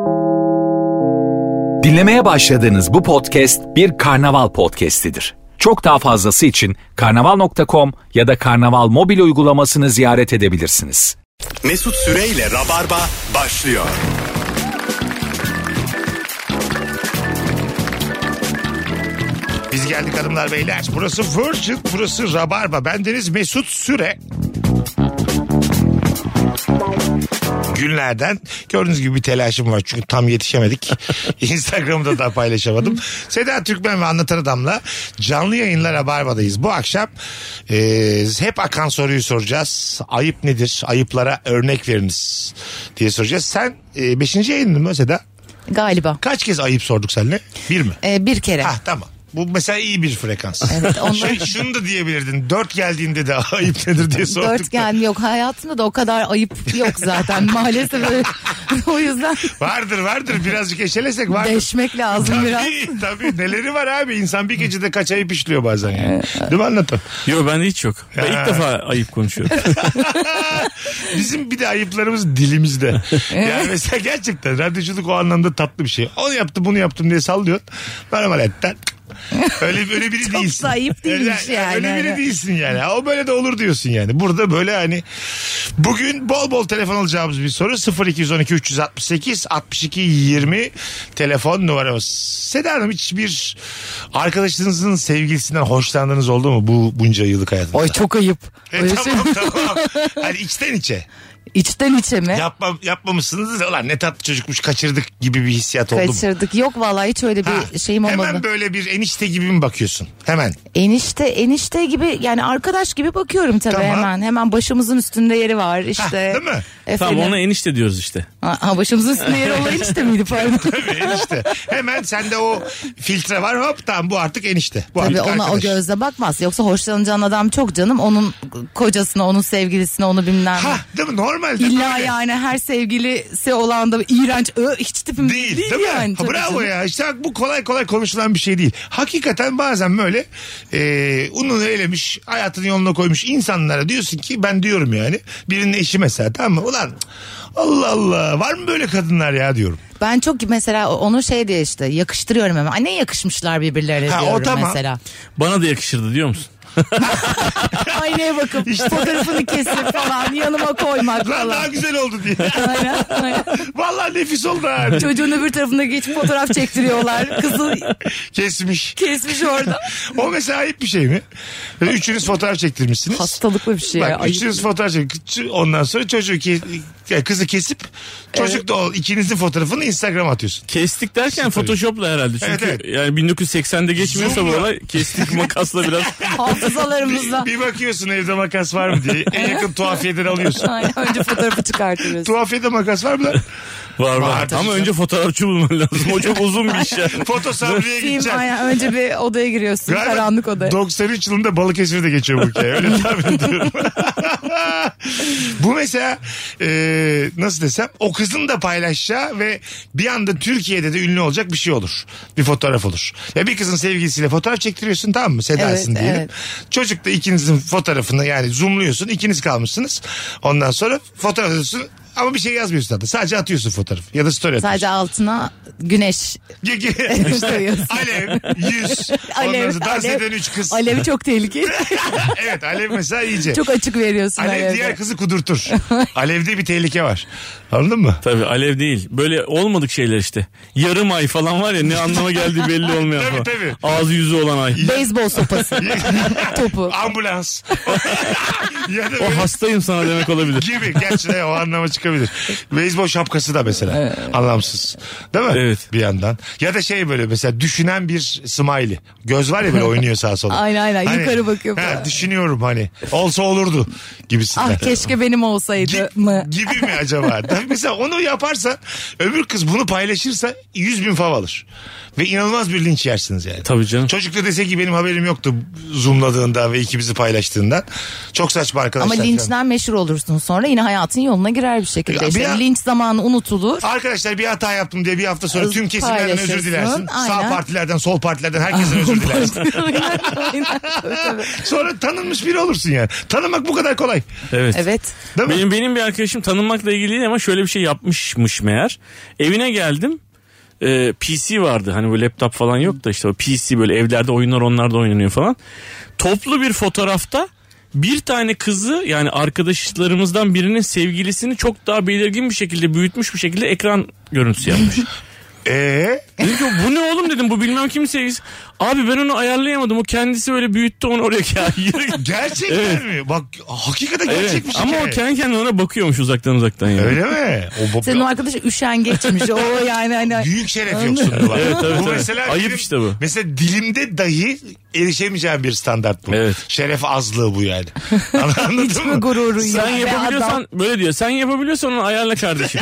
Dinlemeye başladığınız bu podcast bir karnaval podcastidir. Çok daha fazlası için karnaval.com ya da karnaval mobil uygulamasını ziyaret edebilirsiniz. Mesut Süreyle Rabarba başlıyor. Biz geldik hanımlar beyler. Burası Virgin, burası Rabarba. Bendeniz Mesut Süre. Günlerden gördüğünüz gibi bir telaşım var çünkü tam yetişemedik. Instagram'da da paylaşamadım. Seda Türkmen ve Anlatan Adam'la canlı yayınlar Rabarba'dayız. Bu akşam hep akan soruyu soracağız. Ayıp nedir? Ayıplara örnek veriniz diye soracağız. Sen 5. yayının mı Seda? Galiba. Kaç kez ayıp sorduk seninle? Bir mi? Bir kere. Tamam. Bu mesela iyi bir frekans. Evet, onlar... Şunu da diyebilirdin. 4 geldiğinde de ayıp nedir diye sorduk. 4 geldim yok. Hayatımda da o kadar ayıp yok zaten maalesef. O yüzden. Vardır. Birazcık eşelesek vardır. Deşmek lazım tabii, biraz. Tabii. Neleri var abi? İnsan bir gecede kaç ayıp işliyor bazen yani. Değil mi Anlatan? Yok bende hiç yok. Ben ilk defa ayıp konuşuyorum. Bizim bir de ayıplarımız dilimizde. Yani mesela gerçekten radyoculuk o anlamda tatlı bir şey. Onu yaptım bunu yaptım diye sallıyorsun. Normaletten. Öyle biri çok değilsin. Çok ayıp değilmiş yani. Öyle biri değilsin yani. O böyle de olur diyorsun yani. Burada böyle hani bugün bol bol telefon alacağımız bir soru. 0212 368 62 20 telefon numaramız. Seda Hanım hiçbir arkadaşınızın sevgilisinden hoşlandığınız oldu mu bunca yıllık hayatınızda? Oy çok ayıp. Tamam. Hani içten içe. İçten içe mi? Yapmamışsınız da ulan ne tatlı çocukmuş kaçırdık gibi bir hissiyat oldu mu? Kaçırdık. Yok vallahi hiç öyle bir şeyim olmadı. Hemen böyle bir enişte gibi mi bakıyorsun? Hemen. Enişte gibi yani arkadaş gibi bakıyorum tabii tamam. Hemen başımızın üstünde yeri var işte. Değil mi? Tamam ona enişte diyoruz işte. Başımızın üstünde yeri olan enişte miydi pardon? Tabii enişte. Hemen sende o filtre var hop tamam bu artık enişte. Bu tabii artık ona arkadaş. o gözle bakmaz. Yoksa hoşlanacağın adam çok canım. Onun kocasına, onun sevgilisine, onu bilmem. Değil mi? Normal. İlla böyle. Yani her sevgilisi olan da iğrenç hiç tipim değil mi? yani. Bravo ya. İşte bu kolay konuşulan bir şey değil. Hakikaten bazen böyle ununu elemiş, hayatını yoluna koymuş insanlara diyorsun ki ben diyorum yani. Birinin eşi mesela tamam mı? Ulan Allah Allah var mı böyle kadınlar ya diyorum. Ben çok mesela onu diye işte yakıştırıyorum hemen. Ne yakışmışlar birbirlerine diyorum o tamam. mesela. Bana da yakışırdı diyor musun? Aynaya bakıp fotoğrafını kesip falan yanıma koymak Lan falan. daha güzel oldu diye. Aynen. Vallahi nefis oldu abi. Çocuğun öbür tarafına geçip fotoğraf çektiriyorlar. Kızı kesmiş orada. O mesela ayıp bir şey mi? Üçünüz fotoğraf çektirmişsiniz. Hastalıklı bir şey. Bak üçünüz fotoğraf çektirmişsiniz. Ondan sonra kızı kesip çocuk da ikinizin fotoğrafını Instagram'a atıyorsun. Kestik derken Photoshop'la herhalde. Çünkü evet. yani 1980'de geçmiyorsa bu olay kestik makasla biraz. Hafızalarımızda. Bir bakıyorsun evde makas var mı diye. En yakın tuhafiyeden alıyorsun. Aynen, önce fotoğrafı çıkartıyorsun. Tuhafiyede makas var mı lan? Var. Ama önce fotoğrafçı bulman lazım. O çok uzun bir iş yani. Foto sabriye gideceksin. Aynen, önce bir odaya giriyorsun. Galiba karanlık odaya. 93 yılında Balıkesir'de geçiyor bu hikaye. Öyle tahmin ediyorum. Bu mesela nasıl desem o kızın da paylaşacağı ve bir anda Türkiye'de de ünlü olacak bir şey olur. Bir fotoğraf olur. Ya bir kızın sevgilisiyle fotoğraf çektiriyorsun tamam mı? Sedasın diyelim. Evet. Çocuk da ikinizin fotoğrafını yani zoomluyorsun. İkiniz kalmışsınız. Ondan sonra fotoğraf ediyorsun. Ama bir şey yazmıyorsun zaten. Sadece atıyorsun fotoğrafı. Ya da story atıyorsun. Sadece altına güneş. Alev, yüz. Alev, ondan dans eden 3 kız. Alev çok tehlikeli. Evet alev mesela iyice. Çok açık veriyorsun. Alev diğer kızı kudurtur. Alevde bir tehlike var. Anladın mı? Tabii alev değil. Böyle olmadık şeyler işte. Yarım ay falan var ya ne anlama geldiği belli olmayan falan. Tabii. Ağzı yüzü olan ay. Beyzbol sopası. Topu. Ambulans. Ya da o hastayım sana demek olabilir. Gibi. Gerçi o anlama çıkabilir. Beyzbol şapkası da mesela. Anlamsız. Değil mi? Evet. Bir yandan. Ya da böyle mesela düşünen bir smiley. Göz var ya böyle oynuyor sağa sola. Aynen hani, yukarı bakıyor. Düşünüyorum hani. Olsa olurdu gibisinden. Keşke benim olsaydı mı? Gibi mi acaba? Mesela onu yaparsa öbür kız bunu paylaşırsa 100.000 fav alır. Ve inanılmaz bir linç yersiniz yani. Tabii canım. Çocuk da dese ki benim haberim yoktu zoomladığında ve ikimizi paylaştığından. Çok saçma arkadaşlar. Ama linçten meşhur olursun sonra yine hayatın yoluna girer bir şekilde. Ya, İşte linç zamanı unutulur. Arkadaşlar bir hata yaptım diye bir hafta sonra tüm kesimlerden Paylaşırsın. özür dilersin. Sağ Aynen. partilerden, sol partilerden herkesten özür dilersin. Aynen. Tabii. Sonra tanınmış biri olursun yani. Tanımak bu kadar kolay. Evet. Evet. Değil mi? Benim bir arkadaşım tanınmakla ilgili değil ama şöyle bir şey yapmışmış meğer. Evine geldim. PC vardı, hani bu laptop falan yok da işte o PC, böyle evlerde oyunlar onlarda oynanıyor falan. Toplu bir fotoğrafta bir tane kızı, yani arkadaşlarımızdan birinin sevgilisini çok daha belirgin bir şekilde büyütmüş bir şekilde ekran görüntüsü yapmış. Dedim ki bu ne oğlum dedim, bu bilmem kimin sevgilisi. Abi ben onu ayarlayamadım, o kendisi öyle büyüttü onu oraya. Gerçekten mi? Bak hakikaten Evet. gerçekmiş. Ama hikaye. o kendi kendine ona bakıyormuş uzaktan yani. Öyle mi? Senin o arkadaş üşengeçmiş. O yani hani. Büyük şeref yoksunluğu var. Evet, tabii, bu tabii. mesela Ayıp işte bu. Mesela dilimde dahi erişemeyeceğim bir standart bu. Evet. Şeref azlığı bu yani. Anladın Hiçbir mı? gururun yok. Sen Ve yapabiliyorsan adam- böyle diyor. Sen yapabiliyorsan onu ayarla kardeşim.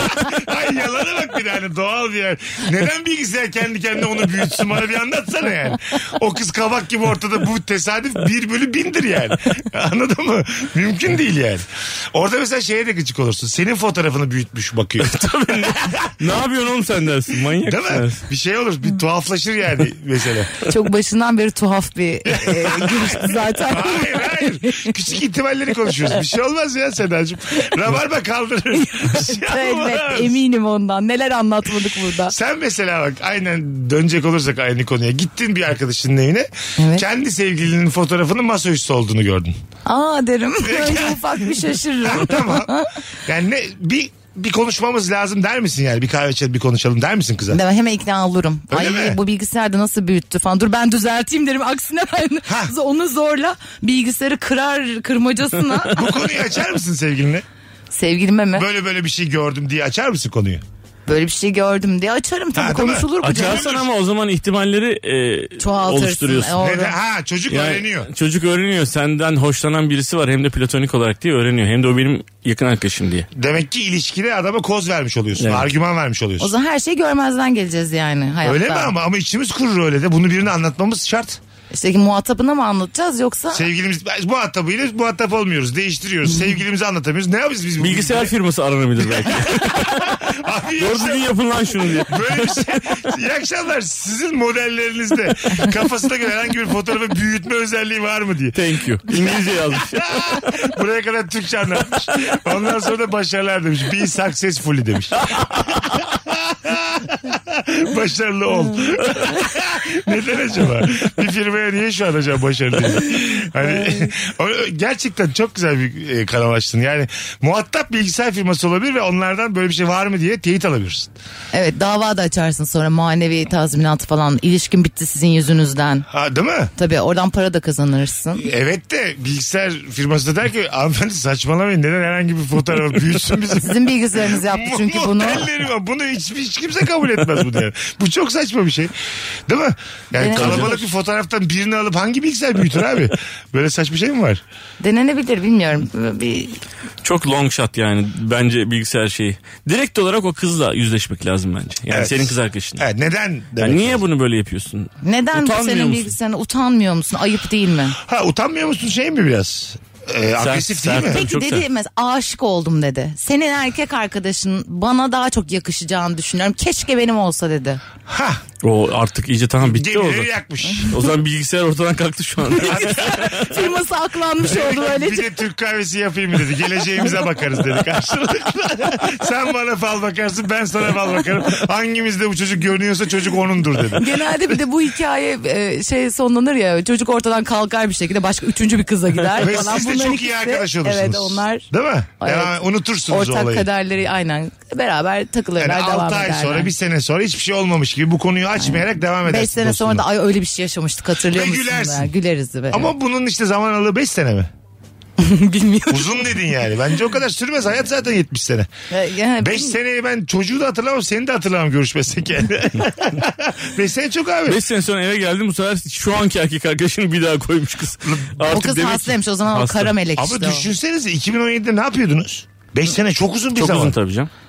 Ay yalana bak bir tane doğal bir yer. Neden bilgisayar kendi kendine onu büyütsün, bana bir anlatsana yani. O kız kabak gibi ortada, bu tesadüf 1/1000'dir yani. Anladın mı? Mümkün değil yani. Orada mesela şeye de gıcık olursun. Senin fotoğrafını büyütmüş bakıyor. Tabii ne yapıyorsun oğlum sen dersin. Manyak Değil mi? mısın? Bir şey olur, bir tuhaflaşır yani mesela. Çok başından beri tuhaf bir girişti zaten. Hayır. Küçük ihtimalleri konuşuyoruz. Bir şey olmaz ya Sedacığım. Rabarba kaldırır. Bir şey olmaz. Evet, eminim ondan. Neler anlatmadık burada. Sen mesela bak, aynen dönecek olursak aynı konuya. Gittin bir arkadaşının evine. Evet. Kendi sevgilinin fotoğrafının masaüstü olduğunu gördün. Aa derim. Önce ufak bir şaşırırım. Tamam. Yani bir konuşmamız lazım der misin yani? Bir kahve içelim, bir konuşalım der misin kıza? Hemen ikna olurum. Öyle mi? Bu bilgisayarda nasıl büyüttü falan. Dur ben düzelteyim derim. Aksine ben onu zorla bilgisayarı kırmacasına. Bu konuyu açar mısın sevgiline? Sevgilime mi? Böyle bir şey gördüm diye açar mısın konuyu? Böyle bir şey gördüm diye açarım tabii, Ha, değil mi? konuşulur bu canım. Açarsan ama o zaman ihtimalleri Çoğaltırsın. oluşturuyorsun. Doğru. Neden? Çocuk Yani öğreniyor. çocuk öğreniyor, senden hoşlanan birisi var hem de platonik olarak diye öğreniyor. Hem de o benim yakın arkadaşım diye. Demek ki ilişkide adama koz vermiş oluyorsun. Evet. Argüman vermiş oluyorsun. O zaman her şeyi görmezden geleceğiz yani hayatta. Öyle mi ama içimiz kurur öyle de. Bunu birine anlatmamız şart. İşte muhatabına mı anlatacağız yoksa? Sevgilimiz muhatabıyla muhatap olmuyoruz. Değiştiriyoruz. Sevgilimizi anlatamıyoruz. Ne yapacağız biz? Bilgisayar firması aranabilir belki. Abi iyi Doğru akşamlar. düzgün yapın lan şunu diye. Böyle bir şey. İyi akşamlar. Sizin modellerinizde kafasına göre herhangi bir fotoğrafı büyütme özelliği var mı diye. Thank you. İngilizce yazmış. Buraya kadar Türkçe anlatmış. Ondan sonra da başarılar demiş. Be successfully demiş. Başarılı ol. Neden acaba? Bir firmaya niye şu an acaba başarılı değil? Hani gerçekten çok güzel bir kanal açtın. Yani muhatap bilgisayar firması olabilir ve onlardan böyle bir şey var mı diye teyit alabilirsin. Evet, dava da açarsın sonra, manevi tazminat falan. İlişkin bitti sizin yüzünüzden. Ha, değil mi? Tabii oradan para da kazanırsın. Evet de bilgisayar firması da der ki hanımefendi saçmalamayın, neden herhangi bir fotoğrafı büyütsün bizim. Sizin bilgisayarınız yaptı çünkü bunu. Modelleri var. Bunu hiç kimse kabul etmez bunu yani. Bu çok saçma bir şey. Değil mi? Yani Evet. kalabalık bir fotoğraftan birini alıp hangi bilgisayar büyütür abi? Böyle saçma şey mi var? Denenebilir, bilmiyorum. Çok long shot yani bence bilgisayar şeyi. Direkt olarak o kızla yüzleşmek lazım bence. Yani Evet. senin kız arkadaşın. Evet, neden? Yani demek niye lazım. bunu böyle yapıyorsun? Neden bu Utanmıyor senin musun? bilgisayarına, utanmıyor musun? Ayıp değil mi? Ha, utanmıyor musun şey mi biraz? Agresif değil sert. mi? Tabii, Peki çok dedi sert. mesela, aşık oldum dedi. Senin erkek arkadaşın bana daha çok yakışacağını düşünüyorum. Keşke benim olsa dedi. Ha, O artık iyice tamam bitti o gemileri zaman. yakmış. O zaman bilgisayar ortadan kalktı şu an. Firması aklanmış oldu Bir böylece. de Türk kahvesi yapayım mı dedi. Geleceğimize bakarız dedi karşılıklı. Sen bana fal bakarsın, ben sana fal bakarım. Hangimizde bu çocuk görünüyorsa çocuk onundur dedi. Genelde bir de bu hikaye sonlanır ya, çocuk ortadan kalkar bir şekilde, başka üçüncü bir kıza gider Ve falan. siz de Bunların çok iyi ikisi- arkadaş olursunuz. Evet, onlar Değil mi? Evet. Unutursunuz ortak olayı. kaderleri aynen beraber takılırlar, Yani devam 6 ay ederler. sonra, bir sene sonra hiçbir şey olmamış gibi bu konuyu açmayarak devam edersin. 5 sene sonra da ay öyle bir şey yaşamıştık, hatırlıyor Ve musun? gülersin. Be? Güleriz be. Ama bunun işte zaman aralığı 5 sene mi? Bilmiyorum. Uzun dedin yani. Bence o kadar sürmez. Hayat zaten 70 sene. Yani 5 seneyi ben çocuğu da hatırlamam, seni de hatırlamam görüşmesek yani. 5 sene çok abi. 5 sene sonra eve geldim, bu sefer şu anki erkek arkadaşını bir daha koymuş kız. o kız demek ki- hastaymış o zaman, Hasta. o kara melek Ama işte o. düşünsenize 2017'de ne yapıyordunuz? 5 sene çok uzun bir Çok zaman. uzun tabii canım.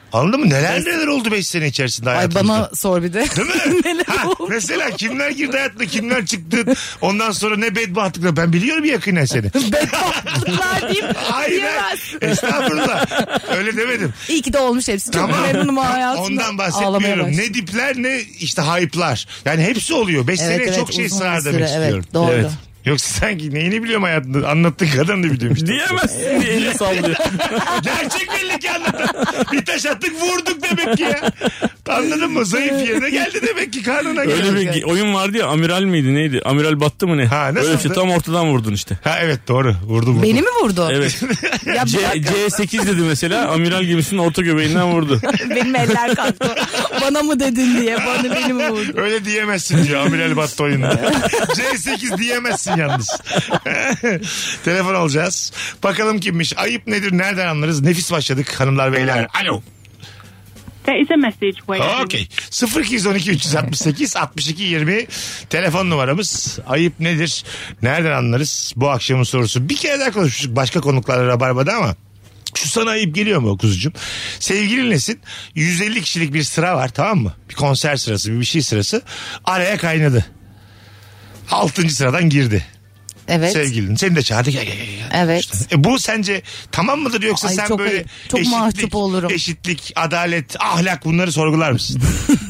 Anladın mı? Neler oldu 5 sene içerisinde Ay hayatımızda. bana sor bir de. Değil mi? Neler oldu? Mesela kimler girdi hayatına, kimler çıktı. Ondan sonra ne bedbahtlıklar. Ben biliyorum yakinen seni. Bedbahtlıklar diyeyim. Hayır. Diyemezsin. Estağfurullah. Öyle demedim. İyi ki de olmuş hepsi. Çok memnunum hayatımda. Ondan Ağlamaya bahsetmiyorum. başladım. Ne dipler ne işte hype'lar. Yani hepsi oluyor. 5 seneye çok şey uzun sığar bir demek süre, istiyorum. Evet, doğru. Evet. Yoksa sanki neyini biliyorum hayatında. Anlattığı kadar da biliyorum işte. Diyemezsin diye eli sallıyor. Gerçek belli ki anlatan. Bir taş attık vurduk demek ki ya. Anladın mı? Zayıf yerine geldi demek ki karnına geldi. Öyle bir oyun vardı ya, amiral miydi neydi? Amiral battı mı ne? Ha, nasıldı? Öyle bir şey, tam ortadan vurdun işte. Ha evet doğru. Vurdu. Beni mi vurdu? Evet. Ya C8 dedi mesela, amiral gemisinin orta göbeğinden vurdu. benim eller kalktı. Bana mı dedin diye. Beni mi vurdu? Öyle diyemezsin diyor Amiral Battı oyunda. C8 diyemezsin yalnız. Telefon alacağız. Bakalım kimmiş? Ayıp nedir? Nereden anlarız? Nefis başladık hanımlar beyler. Alo. There is a message waiting. Okey. 0212 368 62 20 telefon numaramız. Ayıp nedir? Nereden anlarız? Bu akşamın sorusu. Bir kere daha konuşmuştuk başka konuklarla Rabarba'da ama şu sana ayıp geliyor mu kuzucuğum? Sevgilinlesin. 150 kişilik bir sıra var, tamam mı? Bir konser sırası, bir şey sırası. Araya kaynadı. 6. sıradan girdi. Evet. Sevgilin. Seni de çağırdı. Gel. Evet. İşte. Bu sence tamam mıdır yoksa Ay, sen çok böyle ayıp. Çok mahcup olurum. eşitlik, adalet, ahlak bunları sorgular mısın?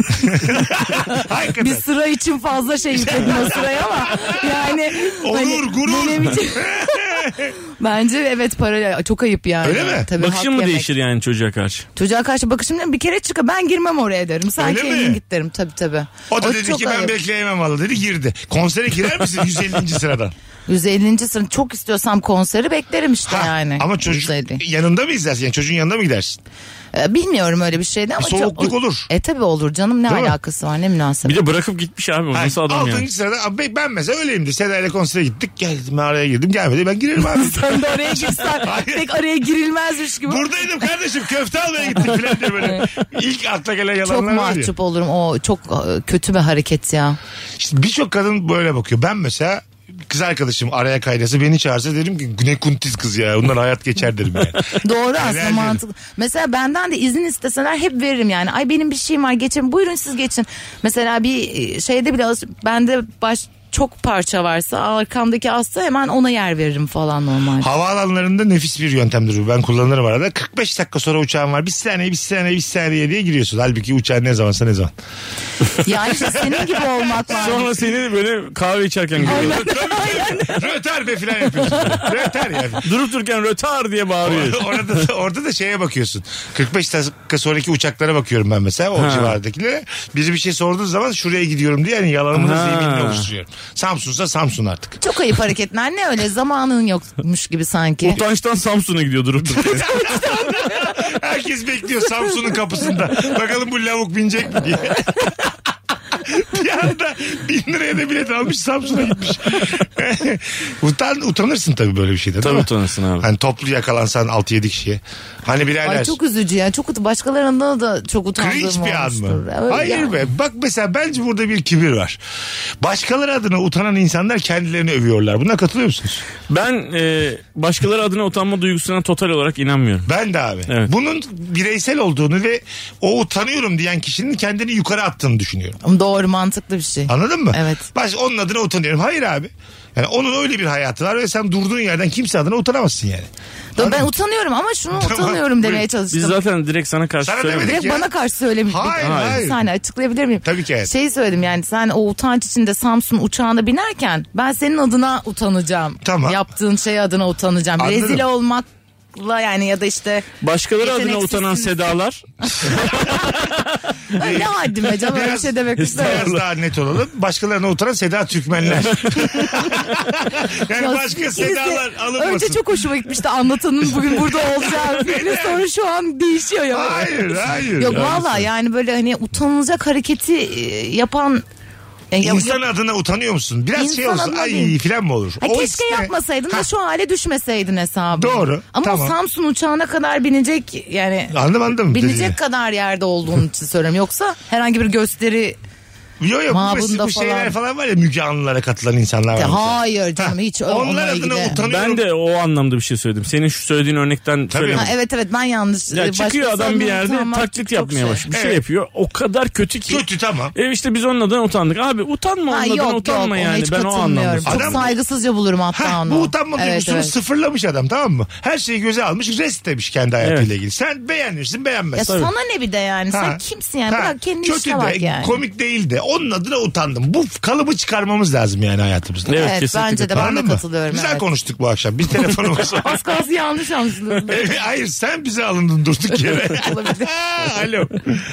Hakikaten. Bir sıra için fazla şey yükledim o sıraya ama yani Onur, gurur. benim için- Bence evet, para çok ayıp yani. Öyle mi? Tabii, Bakışın hak mı yemek. değişir yani çocuğa karşı? Çocuğa karşı bakışım bir kere çıkar. Ben girmem oraya derim. Sen Öyle kendin mi? git derim. Tabii. O da dedi çok ki ben ayıp. bekleyemem valla dedi, girdi. Konsere girer misin 150. sıradan? 150. sıra çok istiyorsam konseri beklerim işte yani. Ama çocuk 150. yanında mı izlersin? Yani çocuğun yanında mı gidersin? Bilmiyorum öyle bir şeydi ama. Soğukluk olur. Tabii olur canım, ne Değil mi? alakası var, ne münasebet. Bir de bırakıp gitmiş abi, o nasıl adam 6. yani? sırada abi ben mesela öyleyimdi. Seda ile konsere gittik. Geldim araya girdim, gelmedi. Ben girerim abi. Sen de oraya girsen Hayır. pek araya girilmezmiş gibi. Buradaydım kardeşim, köfte almaya gittik falan diye böyle. İlk akla gelen Çok yalanlar var ya. mahcup olurum. O çok kötü bir hareket ya. İşte birçok kadın böyle bakıyor. Ben mesela kız arkadaşım araya kaynasa beni çağırsa derim ki ne kuntiz kız ya. Ondan hayat geçer derim yani. Doğru Neler aslında, derim. mantıklı. Mesela benden de izin isteseler hep veririm yani. Ay benim bir şeyim var, geçin, buyurun siz geçin. Mesela bir şeyde bile bende çok parça varsa arkamdaki asla hemen ona yer veririm falan normalde. Havaalanlarında nefis bir yöntemdir bu. Ben kullanırım arada. 45 dakika sonra uçağım var. Bir saniye diye giriyorsun. Halbuki uçağın ne zamansa ne zaman. Yani işte senin gibi olmak var. Sonra seni böyle kahve içerken görüyorlar. Röter be filan yapıyorsun. Röter yani. Durup dururken rötar diye bağırıyor. Orada da şeye bakıyorsun. 45 dakika sonraki uçaklara bakıyorum ben mesela. O civardakilere. Biri bir şey sorduğu zaman şuraya gidiyorum diye yani yalanımı da zeminle oluşturuyorum. Samsun'sa Samsun artık. Çok ayıp hareketler, ne öyle zamanın yokmuş gibi sanki. Utançtan Samsun'a gidiyor durup dururken. Herkes bekliyor Samsun'un kapısında. Bakalım bu lavuk binecek mi diye. Bir anda 1000 liraya da bilet almış Samsun'a gitmiş. Utanırsın tabii böyle bir şeyde. Tabii utanırsın abi. Hani toplu yakalansan 6-7 kişiye. Hani birader. Ay çok üzücü ya. Başkalarından da çok utandığım Cringe bir an olmuştur. mı? Öyle Hayır yani. be. Bak mesela bence burada bir kibir var. Başkaları adına utanan insanlar kendilerini övüyorlar. Buna katılıyor musunuz? Ben başkaları adına utanma duygusuna total olarak inanmıyorum. Ben de abi. Evet. Bunun bireysel olduğunu ve o utanıyorum diyen kişinin kendini yukarı attığını düşünüyorum. Doğru, mantıklı bir şey. Anladın mı? Evet. Onun adına utanıyorum. Hayır abi. Yani onun öyle bir hayatı var ve sen durduğun yerden kimse adına utanamazsın yani. Ben utanıyorum ama şunu Tamam, utanıyorum demeye buyurun. çalıştım. Biz zaten direkt sana karşı Sana söylemedik. demedik Direkt ya. bana karşı söylemiş. Hayır. Bir saniye açıklayabilir miyim? Tabii ki evet. Şeyi söyledim yani, sen o utanç içinde Samsun uçağına binerken ben senin adına utanacağım. Tamam. Yaptığın şey adına utanacağım. Anladım. Rezil olmakla yani, ya da işte Başkaları adına yeteneksizsiniz. utanan Sedalar. ne haddime canım, öyle bir şey demek Biraz istemiyorum. daha net olalım. Başkalarına utanan Seda Türkmenler. Yani Ya başka ikiniz de- Sedalar alınmasın. Önce çok hoşuma gitmişti anlatanın bugün burada olacağı fikri, sonra şu an değişiyor ya. Hayır. Yok valla yani böyle hani utanılacak hareketi yapan... Yani İnsan adına utanıyor musun? Biraz İnsan şey olsun. adına Ay değil. filan mı olur? Ay O keşke işte- yapmasaydın Ha, da şu hale düşmeseydin hesabı. Doğru, Ama tamam. o Samsun uçağına kadar binecek yani. Anladım. Binecek dediğini. kadar yerde olduğun için söylüyorum. Yoksa herhangi bir gösteri Yok Mabunda bu şeyler falan var ya, Müge Anlılara katılan insanlar var. mesela. Hayır canım hiç Onlar onunla adına ilgili. utanıyorum. Ben de o anlamda bir şey söyledim. Senin şu söylediğin örnekten söylemedim. Ha, evet ben yanlış. Ya çıkıyor adam bir yerde taklit yapmaya başlıyor. Bir şey Evet. yapıyor. O kadar kötü ki. Kötü, tamam. İşte biz onun adına utandık. Abi utanma onun adına, utanma yani. Ben o anlamda. Çok Adam- saygısızca bulurum hatta onu. Bu utanma duygusunu sıfırlamış adam, tamam mı? Her şeyi göze almış, rest demiş kendi hayatıyla Evet. ilgili. Sen beğenirsin Ya beğenmezsin. sana ne bir de yani? Ha. Sen kimsin yani? Ha, Bırak kendi kötü işine de, bak yani. komik değil de onun adına utandım. Bu kalıbı çıkarmamız lazım yani hayatımızda. Evet, Evet kesinlikle. bence de ben de Anladın mı? katılıyorum. Güzel evet. konuştuk bu akşam. Bir telefonumuz var. Az kalsın yanlış anlaşıldı. Hayır, sen bize alındın durduk yere. Olabilir. Alo.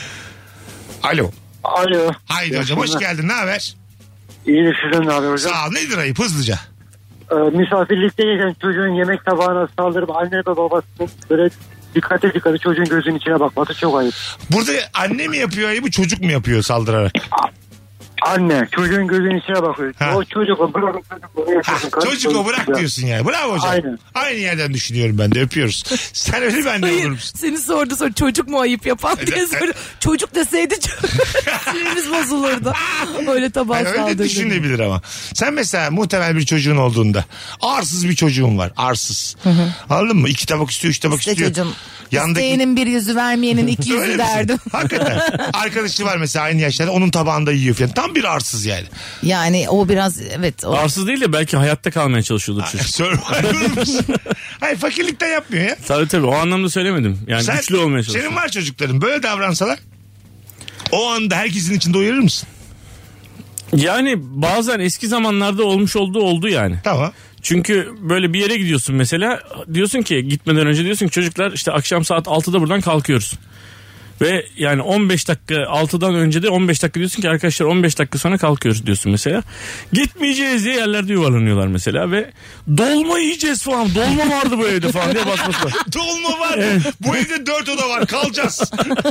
Alo. Alo. Haydi hocam, hoş geldin. Ne haber? İyi sizden ne haber hocam? Sağ ol. Nedir ayıp, hızlıca? Misafirlikteyken çocuğun yemek tabağına saldırıp anne ve babasının böyle dikkate çocuğun gözünün içine bakması çok ayıp. Burada anne mi yapıyor ayıbı, çocuk mu yapıyor saldırarak? Anne çocuğun gözünün içine bakıyor. Ha. O çocuk bırak Çocuk o bırak diyorsun yani. Bravo hocam. Aynen. Aynı yerden düşünüyorum ben de, öpüyoruz. Sen öyle bir anne olur Hayır musun? seni sordu sonra çocuk mu ayıp yapan diye soruyor. Çocuk deseydi sinirimiz bozulurdu. Öyle tabağa Yani öyle saldırdı. düşünebilir ama. Sen mesela muhtemel bir çocuğun olduğunda arsız bir çocuğun var. Arsız. Anladın mı? 2 tabak istiyor, 3 tabak İşte istiyor. çocuğum. Yandaki... İsteyenin bir yüzü vermeyenin iki Öyle yüzü misin? derdim. Hakikaten. Arkadaşı var mesela aynı yaşlarda, onun tabağında yiyor falan. Tam bir arsız yani. Yani o biraz evet. O... Arsız değil de belki hayatta kalmaya çalışıyordur çocuk. Survivor. Hayır, fakirlikten yapmıyor ya. Tabii o anlamda söylemedim. Yani güçlü olmaya çalışıyor. Senin var çocukların, böyle davransalar o anda herkesin içinde uyarır mısın? Yani bazen eski zamanlarda oldu yani. Tamam. Çünkü böyle bir yere gidiyorsun mesela, diyorsun ki gitmeden önce diyorsun ki çocuklar işte akşam saat 6'da buradan kalkıyoruz. Ve yani 15 dakika 6'dan önce de 15 dakika diyorsun ki arkadaşlar 15 dakika sonra kalkıyoruz diyorsun mesela. Gitmeyeceğiz diye yerlerde yuvarlanıyorlar mesela ve dolma yiyeceğiz falan. Dolma vardı bu evde falan diye basmasınlar. Dolma var. Bu evde 4 oda var, kalacağız.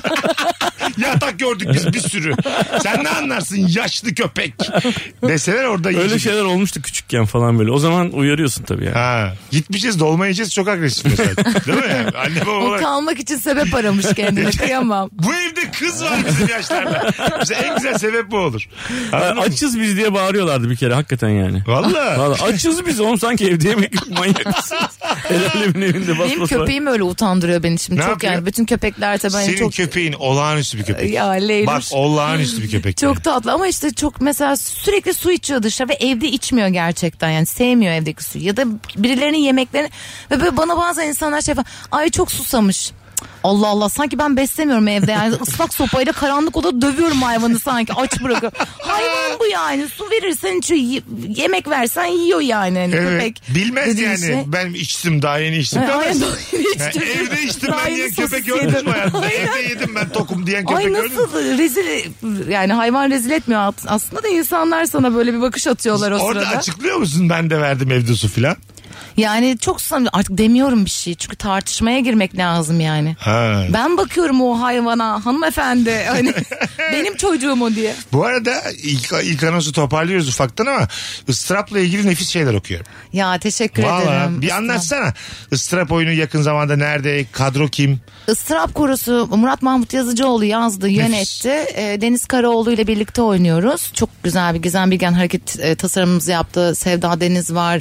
Yatak gördük biz bir sürü. Sen ne anlarsın yaşlı köpek. Deseler orada Öyle yiyecek. şeyler olmuştu küçükken falan böyle. O zaman uyarıyorsun tabii yani. Ha, gitmeyeceğiz, dolma yiyeceğiz, çok agresif mesela. Değil mi yani? Anne baba O olarak. kalmak için sebep aramış kendine kıyamam. Bu evde kız var bizim yaşlarda. Bize en güzel sebep bu olur. Anladın mı? Açız biz diye bağırıyorlardı bir kere hakikaten yani. Valla. Vallahi açız biz oğlum, sanki evde yemek yok, manyak mısınız? El alemin evinde Benim basması var. köpeğim öyle utandırıyor beni şimdi. Ne Çok yapıyor? yani bütün köpekler tabii Senin çok... köpeğin olağanüstü bir köpek. Ya Leyluş. Bak, olağanüstü bir köpek. Çok tatlı ama işte çok mesela sürekli su içiyor dışarı ve evde içmiyor gerçekten, yani sevmiyor evdeki suyu ya da birilerinin yemeklerini ve böyle bana bazen insanlar şey falan, ay çok susamış. Allah Allah, sanki ben beslemiyorum evde yani ıslak sopayla karanlık odada dövüyorum hayvanı, sanki aç bırakıyorum. Hayvan bu yani, su verirsen içiyor, yemek versen yiyor yani. Hani Evet. köpek Bilmez dediğin yani. şey. Ben içtim, daha yeni içtim. Ay, Demez. daha yeni içtim. Yani evde içtim Daha ben yeni diyen sosis köpek gördünüz mü yedim. hayatında? Aynen. Evde yedim ben tokum diyen köpek Ay gördün mü? nasıl rezil, yani hayvan rezil etmiyor aslında da insanlar sana böyle bir bakış atıyorlar o Orada sırada. açıklıyor musun, ben de verdim evde su filan? Yani çok sanırım artık demiyorum bir şey, çünkü tartışmaya girmek lazım yani. Ha. Ben bakıyorum o hayvana, hanımefendi hani benim çocuğum o diye. Bu arada ilk anonsu toparlıyoruz ufaktan ama ıstırapla ilgili nefis şeyler okuyorum. Ya teşekkür Valla ederim. bir anlatsana. Istırap oyunu yakın zamanda nerede? Kadro kim? Istırap Korosu Murat Mahmut Yazıcıoğlu yazdı, yönetti. Deniz Karaoğlu ile birlikte oynuyoruz. Çok güzel bir Gizem Bilgen hareket tasarımımızı yaptı. Sevda Deniz var,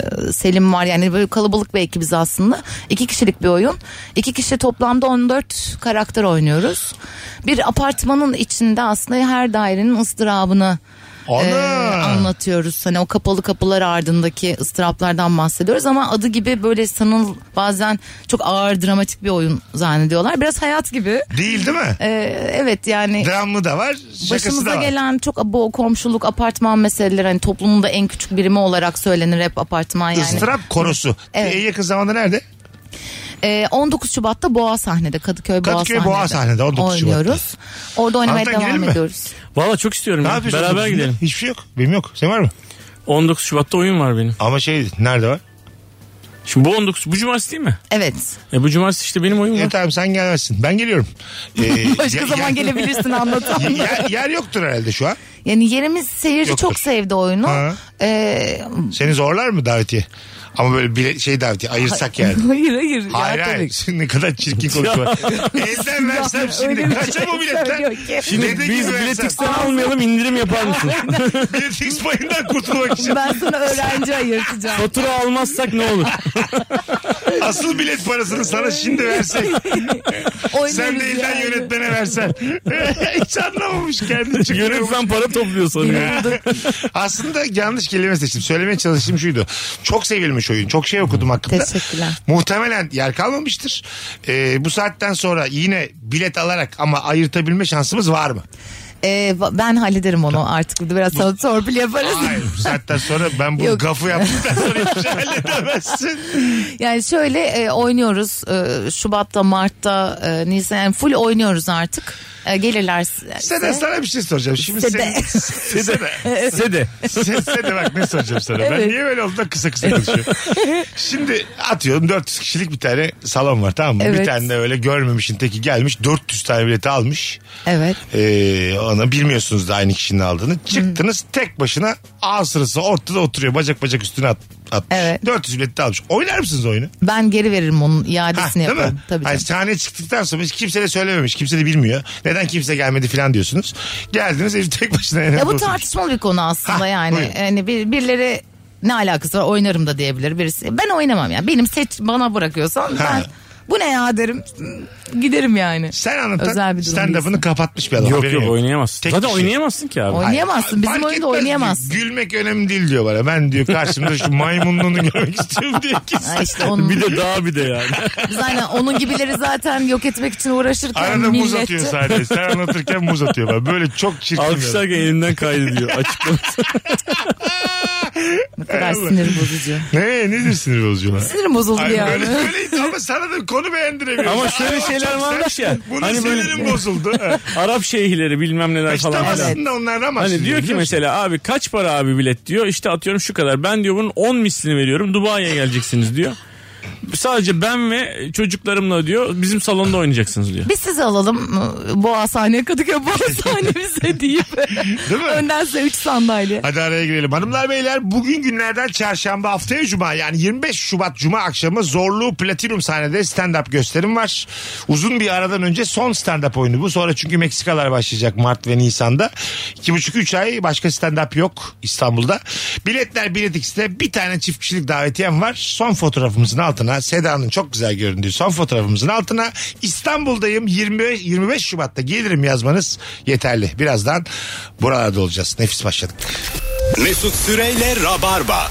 Selim var. Yani böyle kalabalık bir ekibiz aslında. 2 kişilik bir oyun. 2 kişi toplamda 14 karakter oynuyoruz. Bir apartmanın içinde aslında her dairenin ıstırabını anlatıyoruz. Hani o kapalı kapılar ardındaki ıstıraplardan bahsediyoruz ama adı gibi böyle bazen çok ağır dramatik bir oyun zannediyorlar. Biraz hayat gibi. Değil mi? Evet yani. Dramlı da var, şakası Başımıza da var. gelen çok bu komşuluk, apartman meseleleri, hani toplumun da en küçük birimi olarak söylenir hep apartman yani. Istırap Korosu. Evet. En yakın zamanda nerede? 19 Şubat'ta Boğa sahnede, Kadıköy Boğa sahnede 19 Şubat'ta. oynuyoruz. Orada oynamaya Anlatan gidelim devam mi? ediyoruz. Valla çok istiyorum. Ne Ya. yapıyorsun? Beraber otobüsünde? gidelim. Hiçbir şey yok. Benim yok. Sen var mı? 19 Şubat'ta oyun var benim. Ama nerede var? Şimdi bu cumartesi değil mi? Evet. Bu cumartesi işte benim oyun var. Tamam, sen gelmezsin. Ben geliyorum. Başka zaman gelebilirsin, anlatamam. Yer yoktur herhalde şu an. Yani yerimiz, seyirci Yoktur. çok sevdi oyunu. Ha. Seni zorlar mı davetiye? Ama böyle bir şey daveti ayırsak yani. Hayır. Hayır Ya, hayır. tabii. Ne kadar çirkin konuşma. Elden versem Öyle şimdi. bir Kaça şey bu biletler? söylüyor ki. Şimdi Dede biz gibi biletikten almayalım, indirim yapar mısın? Biletix payından kurtulmak için. Ben sana öğrenci ayırtacağım. Fatura almazsak ne olur? Asıl bilet parasını sana şimdi versek. Oynarız Sen de elden yani. yönetmene versen. Hiç anlamamış kendi çıkıyormuş. Yönetmen para topluyor sanıyor. Aslında yanlış kelime seçtim. Söylemeye çalıştığım şuydu. Çok sevilmiş oyun. Çok şey okudum hakkında. Teşekkürler. Muhtemelen yer kalmamıştır. Bu saatten sonra yine bilet alarak ama ayırtabilme şansımız var mı? Ben hallederim onu artık. Biraz sana torpil yaparız. Hayır. Bu saatten sonra ben bu Yok. gafı yaptıktan sonra hiçbir şey halledemezsin. Yani şöyle oynuyoruz. Şubat'ta, Mart'ta, Nisan, yani full oynuyoruz artık. Gelirlerse. Sana bir şey soracağım. Şimdi Sede. Sede. Sede bak ne soracağım sana. Ben Evet. niye böyle oldu da kısa konuşuyorum. Şimdi atıyorum 400 kişilik bir tane salon var, tamam mı? Evet. Bir tane de öyle görmemişin teki gelmiş 400 tane bileti almış. Evet. Ona bilmiyorsunuz da aynı kişinin aldığını. Çıktınız tek başına A sırası ortada oturuyor. Bacak üstüne atmış. Evet. 400 bileti de almış. Oynar mısınız oyunu? Ben geri veririm onun iadesini Değil yaparım. mi? Tabii Hani canım. sahneye çıktıktan sonra hiç kimse de söylememiş. Kimse de bilmiyor. Neden kimse gelmedi falan diyorsunuz. Geldiniz herif tek başına. Ya bu tartışmalı bir konu aslında Ha, yani. buyurun. Yani birileri ne alakası var, oynarım da diyebilir birisi. Ben oynamam ya. Benim bana bırakıyorsan ben bu ne ya derim. Giderim yani. Sen anlatan Özel bir durum stand-up'ını değilse. kapatmış bir adam. Yok Haberin yok, oynayamazsın. Tek Zaten kişi. oynayamazsın ki abi. Oynayamazsın. Bizim Fark oyunda etmez oynayamazsın. diyor. Gülmek önemli değil diyor bana. Ben diyor karşımda şu maymunluğunu görmek istiyorum diye. Ha işte onun, Bir de daha bir de yani. biz aynen onun gibileri zaten yok etmek için uğraşırken Arada muz milletçe. atıyor sahneye. Sen anlatırken muz atıyor. Bana. Böyle çok çirkin. Alkışlarken elinden kaydediyor. Açıklaması. Ne kadar Allah. sinir bozucu. Nedir sinir bozucu lan? Sinirim bozuldu Ay yani. böyle ama sana da konu beğendiremiyorum. Ama şöyle Ay, şeyler çok varmış sen- ya. Bunun Hani böyle- sinirim bozuldu. Arap şeyhileri bilmem neler İşte falan. aslında onlardan bahsediyor. Hani diyor ki biliyor musun? mesela abi kaç para abi bilet diyor. İşte atıyorum şu kadar. Ben diyor bunun 10 mislini veriyorum. Dubai'ye geleceksiniz diyor. Sadece ben ve çocuklarımla diyor bizim salonda oynayacaksınız diyor. Biz sizi alalım. Boğazhane, Kadıköy Boğazhane bize deyip. Değil mi? Önden size 3 sandalye. Hadi araya girelim. Hanımlar beyler, bugün günlerden çarşamba, haftaya cuma, yani 25 Şubat cuma akşamı Zorlu Platinum sahnede stand-up gösterim var. Uzun bir aradan önce son stand-up oyunu bu. Sonra çünkü Meksikalar başlayacak Mart ve Nisan'da. 2,5-3 ay başka stand-up yok İstanbul'da. Biletler Bilet X'te, bir tane çift kişilik davetiyem var. Son fotoğrafımızın altına, Seda'nın çok güzel göründüğü son fotoğrafımızın altına İstanbul'dayım 25 Şubat'ta gelirim yazmanız yeterli. Birazdan buralarda olacağız. Nefis başladık. Mesut Süreyle Rabarba.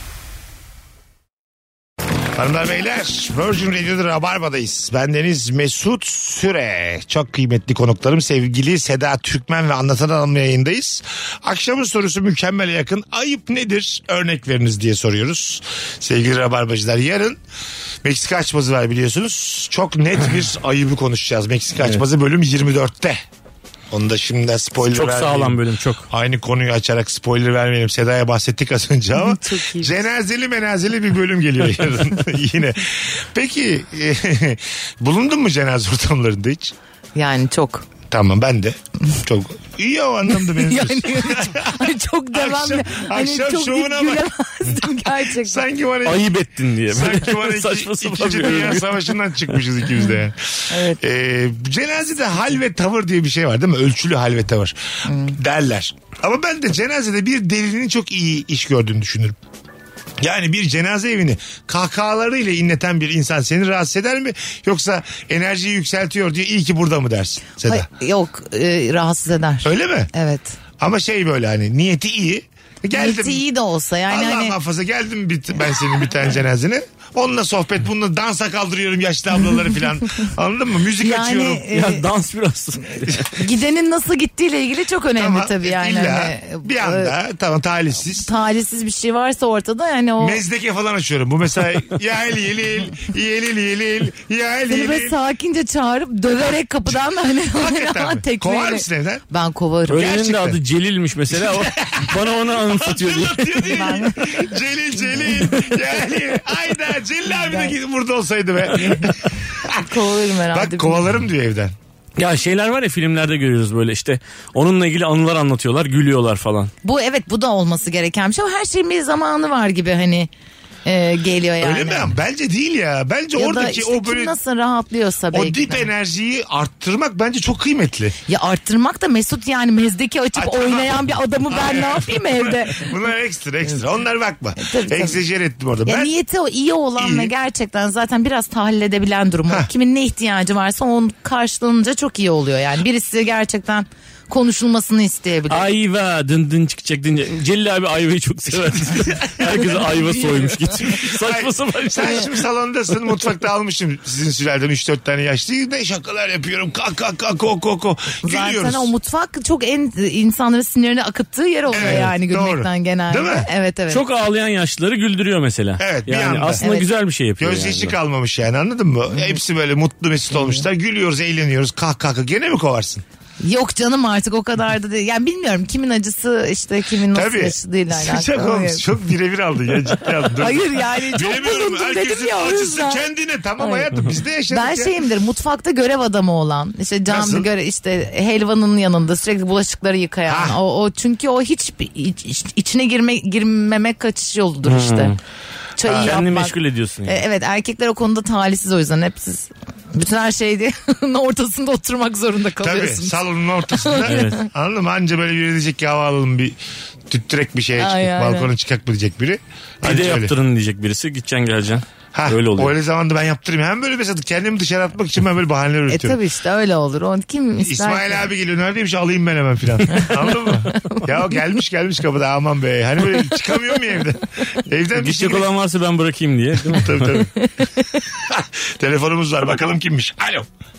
Hanımlar beyler, Virgin Radio'da Rabarba'dayız. Bendeniz Mesut Süre. Çok kıymetli konuklarım sevgili Seda Türkmen ve Anlatan Hanım'la yayındayız. Akşamın sorusu mükemmele yakın. Ayıp nedir? Örnek veriniz diye soruyoruz. Sevgili Rabarbacılar, yarın Meksika açmazı var biliyorsunuz. Çok net bir ayıbı konuşacağız. Meksika açmazı bölüm 24'te. Onu da şimdiden spoiler Çok vermeyelim. sağlam bölüm, çok. Aynı konuyu açarak spoiler vermeyelim. Seda'ya bahsettik az önce ama Çok iyi. cenazeli menazeli bir bölüm geliyor yarın yine. Peki bulundun mu cenaze ortamlarında hiç? Yani çok. Tamam, ben de. Çok iyi o anlamda benim. Yani hani çok devamlı. Hani akşam çok şovuna bak. gülemezdim gerçekten. Sanki bana Ayıp ettin diye. Sanki bana Saçma sapan İkinci bir Dünya övgü. Savaşı'ndan çıkmışız ikimiz de yani. Evet. Cenazede hal ve tavır diye bir şey var değil mi? Ölçülü hal ve tavır derler. Ama ben de cenazede bir delinin çok iyi iş gördüğünü düşünürüm. Yani bir cenaze evini kahkahalarıyla inleten bir insan seni rahatsız eder mi? Yoksa enerjiyi yükseltiyor diye iyi ki burada mı dersin Seda? Yok rahatsız eder. Öyle mi? Evet. Ama şey böyle hani niyeti iyi. Geldim. Niyeti iyi de olsa yani Allah hani muhafaza geldim ben senin bir tane cenazene. Onunla sohbet, bununla dansa kaldırıyorum yaşlı ablaları falan. Anladın mı? Müzik yani açıyorum. Ya dans biraz. gidenin nasıl gittiğiyle ilgili çok önemli Tamam, tabii yani. illa Hani, bir anda tamam talihsiz. talihsiz bir şey varsa ortada yani o Mezdeke falan açıyorum. Bu mesela ya el yelil, yelil yelil, ya el seni böyle yelil. sakince çağırıp döverek kapıdan hani Hakikaten mi? tekmeyle. Kovar mısın evden? Ben kovarım. Ölenin de Gerçekten. adı Celil'miş mesela. O, bana onu anımsatıyor diye. Hatırlatıyor değil mi? Ben- Celil. Yani ayda Celil abi de gidip burada olsaydı be. Kovarım herhalde. Bak kovalarım diyor evden. Ya şeyler var ya, filmlerde görüyoruz böyle işte. Onunla ilgili anılar anlatıyorlar, gülüyorlar falan. Bu evet, bu da olması gereken bir şey ama her şeyin bir zamanı var gibi hani. geliyor yani. Öyle mi? Bence değil ya. Bence Ya oradaki da işte o böyle kim nasıl rahatlıyorsa belki. o dip de. enerjiyi arttırmak bence çok kıymetli. Ya arttırmak da Mesut yani mezdeki açıp Ay, tamam. oynayan bir adamı ben ne yapayım evde? Bunlar ekstra. Onlar bakma. Tabii. Egzajer ettim orada. Ya Ben niyeti o iyi olan İyi. ve gerçekten zaten biraz tahlil edebilen durumu. Kimin ne ihtiyacı varsa onun karşılanınca çok iyi oluyor yani. Birisi gerçekten konuşulmasını isteyebilir. Ayva dın çıkacak deyince. Celil abi ayvayı çok sever. Herkese ayva soymuş getirmiş. Saçma sapan. sen şimdi salondasın, mutfakta almışım sizin sülalden 3-4 tane yaşlı. Ne şakalar yapıyorum. Ko. Zaten Gülüyoruz. o mutfak çok insanların sinirlerini akıttığı yer oluyor Evet, yani gülmekten doğru. genelde. Değil mi? Evet. Çok ağlayan yaşlıları güldürüyor mesela. Evet, bir yani anda. aslında Evet. güzel bir şey yapıyor. Gözyaşı yani. kalmamış yani, anladın mı? Hepsi böyle mutlu mesut olmuşlar. Gülüyoruz, eğleniyoruz. Kah. Gene mi kovarsın? Yok canım artık o kadar da değil. Yani bilmiyorum kimin acısı işte kimin nasıl Tabii. yaşadığıyla Çok alakalı. olmuş. Çok birebir aldın ya, ciddi aldın. Dur. Hayır yani çok Bilemiyorum, bulundum herkesin dedim ya o acısı yüzden. kendine. Tamam Hayır. hayatım, biz de yaşadık Ben ya. şeyimdir, mutfakta görev adamı olan işte Nasıl? işte helvanın yanında sürekli bulaşıkları yıkayan Ha. o çünkü o hiç içine girmemek kaçış yoludur işte. Çayı Kendini yapmak. meşgul ediyorsun yani. Evet, erkekler o konuda talihsiz, o yüzden hep siz bütün her şeyde ortasında oturmak zorunda Tabii, kalıyorsunuz. salonun ortasında. Evet. Anladın mı? Anca böyle biri diyecek ki hava alalım, bir tüttürek bir şeye çıkıp Ay, aynen. balkona çıkak mı diyecek biri. Pide Anca öyle. yaptırın diyecek birisi. Gideceksin geleceksin. Ha, Öyle oluyor. Öyle zamanda ben yaptırayım. Hem böyle mesela kendimi dışarı atmak için ben böyle bahaneler üretiyorum. Tabii işte öyle olur. Onu kim ister ki? İsmail abi geliyor, neredeymiş, alayım ben hemen filan. Anladın mı? Ya gelmiş kapıda, aman be. Hani böyle çıkamıyor mu evden? Evden bir şey. Gidecek olan varsa ben bırakayım diye. Değil mi? Tabii. Telefonumuz var, bakalım kimmiş. Alo.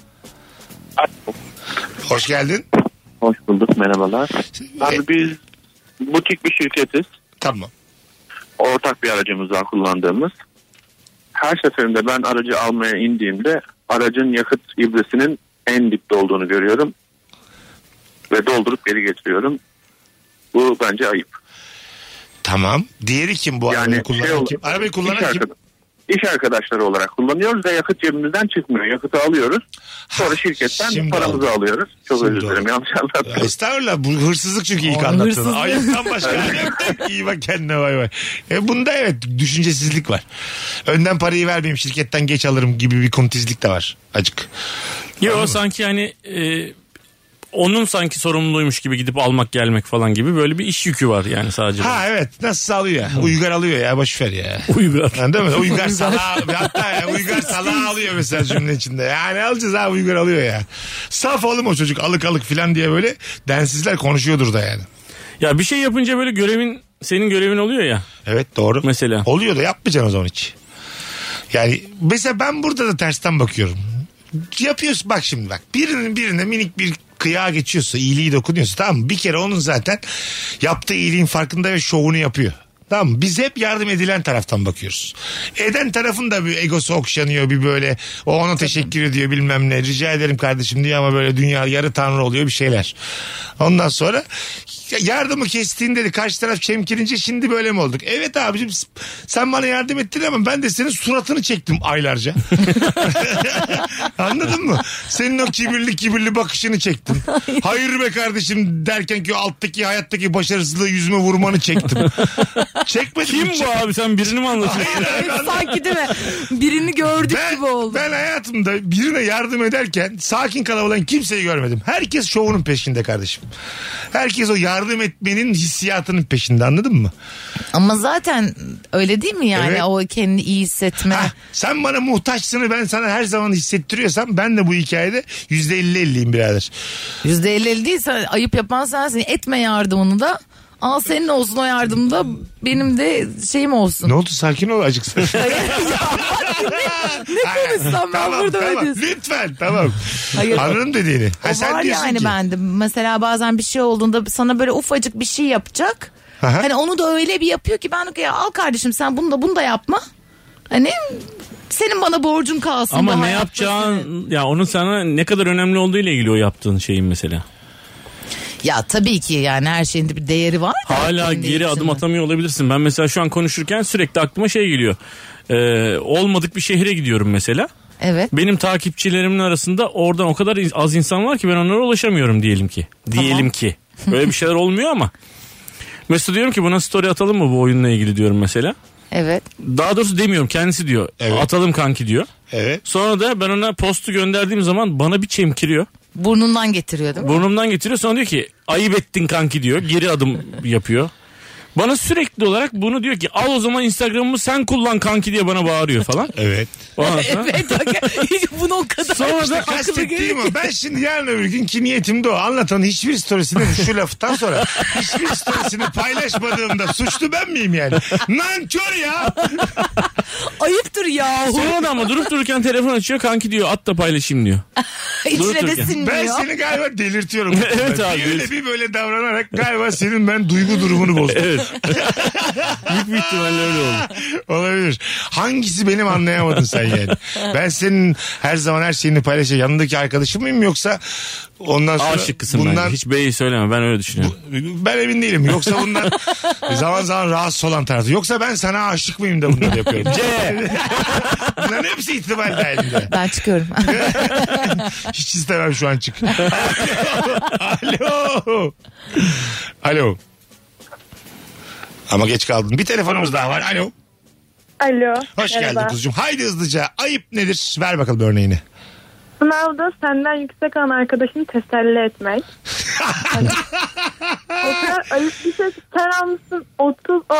Hoş geldin. Hoş bulduk, merhabalar. Abi biz butik bir şirketiz. Tamam. Ortak bir aracımız var kullandığımız. Her seferinde ben aracı almaya indiğimde aracın yakıt ibresinin en dipte olduğunu görüyorum. Ve doldurup geri getiriyorum. Bu bence ayıp. Tamam. Diğeri kim bu arabayı kullanan kim? Arabayı kullanan kim? İş arkadaşları olarak kullanıyoruz ve yakıt cebimizden çıkmıyor. Yakıtı alıyoruz. Sonra şirketten şimdi paramızı oldu. alıyoruz. Çok Şimdi özür dilerim, oldu. yanlış anlattım. Estağfurullah, bu hırsızlık çünkü ilk O anlattığın. hırsızlık. Ayıptan başka. İyi bak kendine, vay. Bunda evet düşüncesizlik var. Önden parayı vermeyeyim, şirketten geç alırım gibi bir kuntizlik de var acık. Yo sanki hani onun sanki sorumluluğuymuş gibi gidip almak gelmek falan gibi böyle bir iş yükü var yani sadece. Ha evet, nasıl alıyor ya? Uygar alıyor ya, boşver ya. Uygar. Yani değil mi? Uygar salağı, hatta ya, Uygar salağı alıyor mesela cümle içinde. Yani alacağız ha, Uygar alıyor ya. Saf oğlum o çocuk, alık filan diye böyle densizler konuşuyordur da yani. Ya bir şey yapınca böyle senin görevin oluyor ya. Evet doğru. Mesela. Oluyor da yapmayacaksın o zaman hiç. Yani mesela ben burada da tersten bakıyorum. Yapıyorsun bak, şimdi bak. Birine minik bir kıyağa geçiyorsa, iyiliği dokunuyorsa, tamam mı? Bir kere onun zaten yaptığı iyiliğin farkında ve şovunu yapıyor. Tamam mı? Biz hep yardım edilen taraftan bakıyoruz. Eden tarafın da bir egosu okşanıyor, bir böyle o ona teşekkür ediyor bilmem ne, rica ederim kardeşim diyor ama böyle dünya yarı tanrı oluyor bir şeyler. Ondan sonra yardımı kestiğinde de karşı taraf çemkirince şimdi böyle mi olduk? Evet abicim, sen bana yardım ettin ama ben de senin suratını çektim aylarca. Anladın mı? Senin o kibirli bakışını çektim. Hayır be kardeşim derken ki o alttaki hayattaki başarısızlığı yüzüme vurmanı çektim. Çekmedim. Kim bu abi, sen birini mi anlatıyorsun? Sanki değil mi? Birini gördük gibi oldu. Ben hayatımda birine yardım ederken sakin kalabalık kimseyi görmedim. Herkes şovunun peşinde kardeşim. Herkes o yardım etmenin hissiyatının peşinde, anladın mı? Ama zaten öyle değil mi yani, Evet. o kendini iyi hissetme. Sen bana muhtaçsını ben sana her zaman hissettiriyorsam ben de bu hikayede %50-50'yim birader. %50 değilse ayıp yapan sensin. Etme yardımını da. Al senin olsun o yardımda, benim de şeyim olsun. Ne oldu, sakin ol azıcık sen. Ne konuşsam ben burada öyle diyorsun. Lütfen tamam. Hayır. Anladım dediğini. O Sen var diyorsun yani ki, bende. Mesela bazen bir şey olduğunda sana böyle ufacık bir şey yapacak. Aha. Hani onu da öyle bir yapıyor ki ben de ya al kardeşim sen bunu da yapma. Hani senin bana borcun kalsın. Ama bu ne hayatta yapacağın senin. ya onun sana ne kadar önemli olduğu ile ilgili o yaptığın şeyin mesela. Ya tabii ki yani her şeyin de bir değeri var. da Hala kendi geri adım içinde. atamıyor olabilirsin. Ben mesela şu an konuşurken sürekli aklıma şey geliyor. Olmadık bir şehre gidiyorum mesela. Evet. Benim takipçilerimin arasında oradan o kadar az insan var ki ben onlara ulaşamıyorum diyelim ki. Diyelim ki. Böyle bir şeyler olmuyor ama. Mesela diyorum ki buna story atalım mı bu oyunla ilgili diyorum mesela. Evet. Daha doğrusu demiyorum, kendisi diyor. Evet. Atalım kanki diyor. Evet. Sonra da ben ona postu gönderdiğim zaman bana bir çemkiriyor. Burnundan getiriyor değil mi? Burnumdan getiriyor, sonra diyor ki ayıp ettin kanki diyor. Geri adım yapıyor. Bana sürekli olarak bunu diyor ki al o zaman Instagram'ımı sen kullan kanki diye bana bağırıyor falan. Evet. Evet. Hiç bunu o kadar. Sonra da Kastettiğim o. Ben şimdi yarın öbür günkü niyetim de o. Anlatan hiçbir storiesinde şu laftan sonra hiçbir storiesini paylaşmadığımda suçlu ben miyim yani? Nankör ya. Ayıptır yahu. sonra da ama durup dururken telefon açıyor, kanki diyor at da paylaşayım diyor. İçine de dururken. sinmiyor. Ben seni galiba delirtiyorum. Evet abi. Öyle bir böyle davranarak galiba senin ben duygu durumunu bozdum. Evet. Büyük bir ihtimalle öyle oldu. Olabilir. Hangisi benim anlayamadın sen yani? Ben senin her zaman her şeyini paylaşan yanındaki arkadaşım mıyım yoksa ondan sonra A şıkkısın bundan... bence. Hiç B'yi söyleme, ben öyle düşünüyorum. Ben emin değilim. Yoksa bundan zaman zaman rahatsız olan tarafı. Yoksa ben sana aşık mıyım da bunları yapıyorum. C. Bunların hepsi ihtimal dahilinde. Ben çıkıyorum. Hiç istemem şu an çık. Alo. Alo. Ama geç kaldın. Bir telefonumuz daha var. Alo. Alo. Hoş merhaba. geldin kuzucuğum. Haydi hızlıca. Ayıp nedir? Ver bakalım örneğini. Sınavda senden yüksek olan arkadaşını teselli etmek. Hani, o kadar ayıp bir şey. Sen almışsın 30 o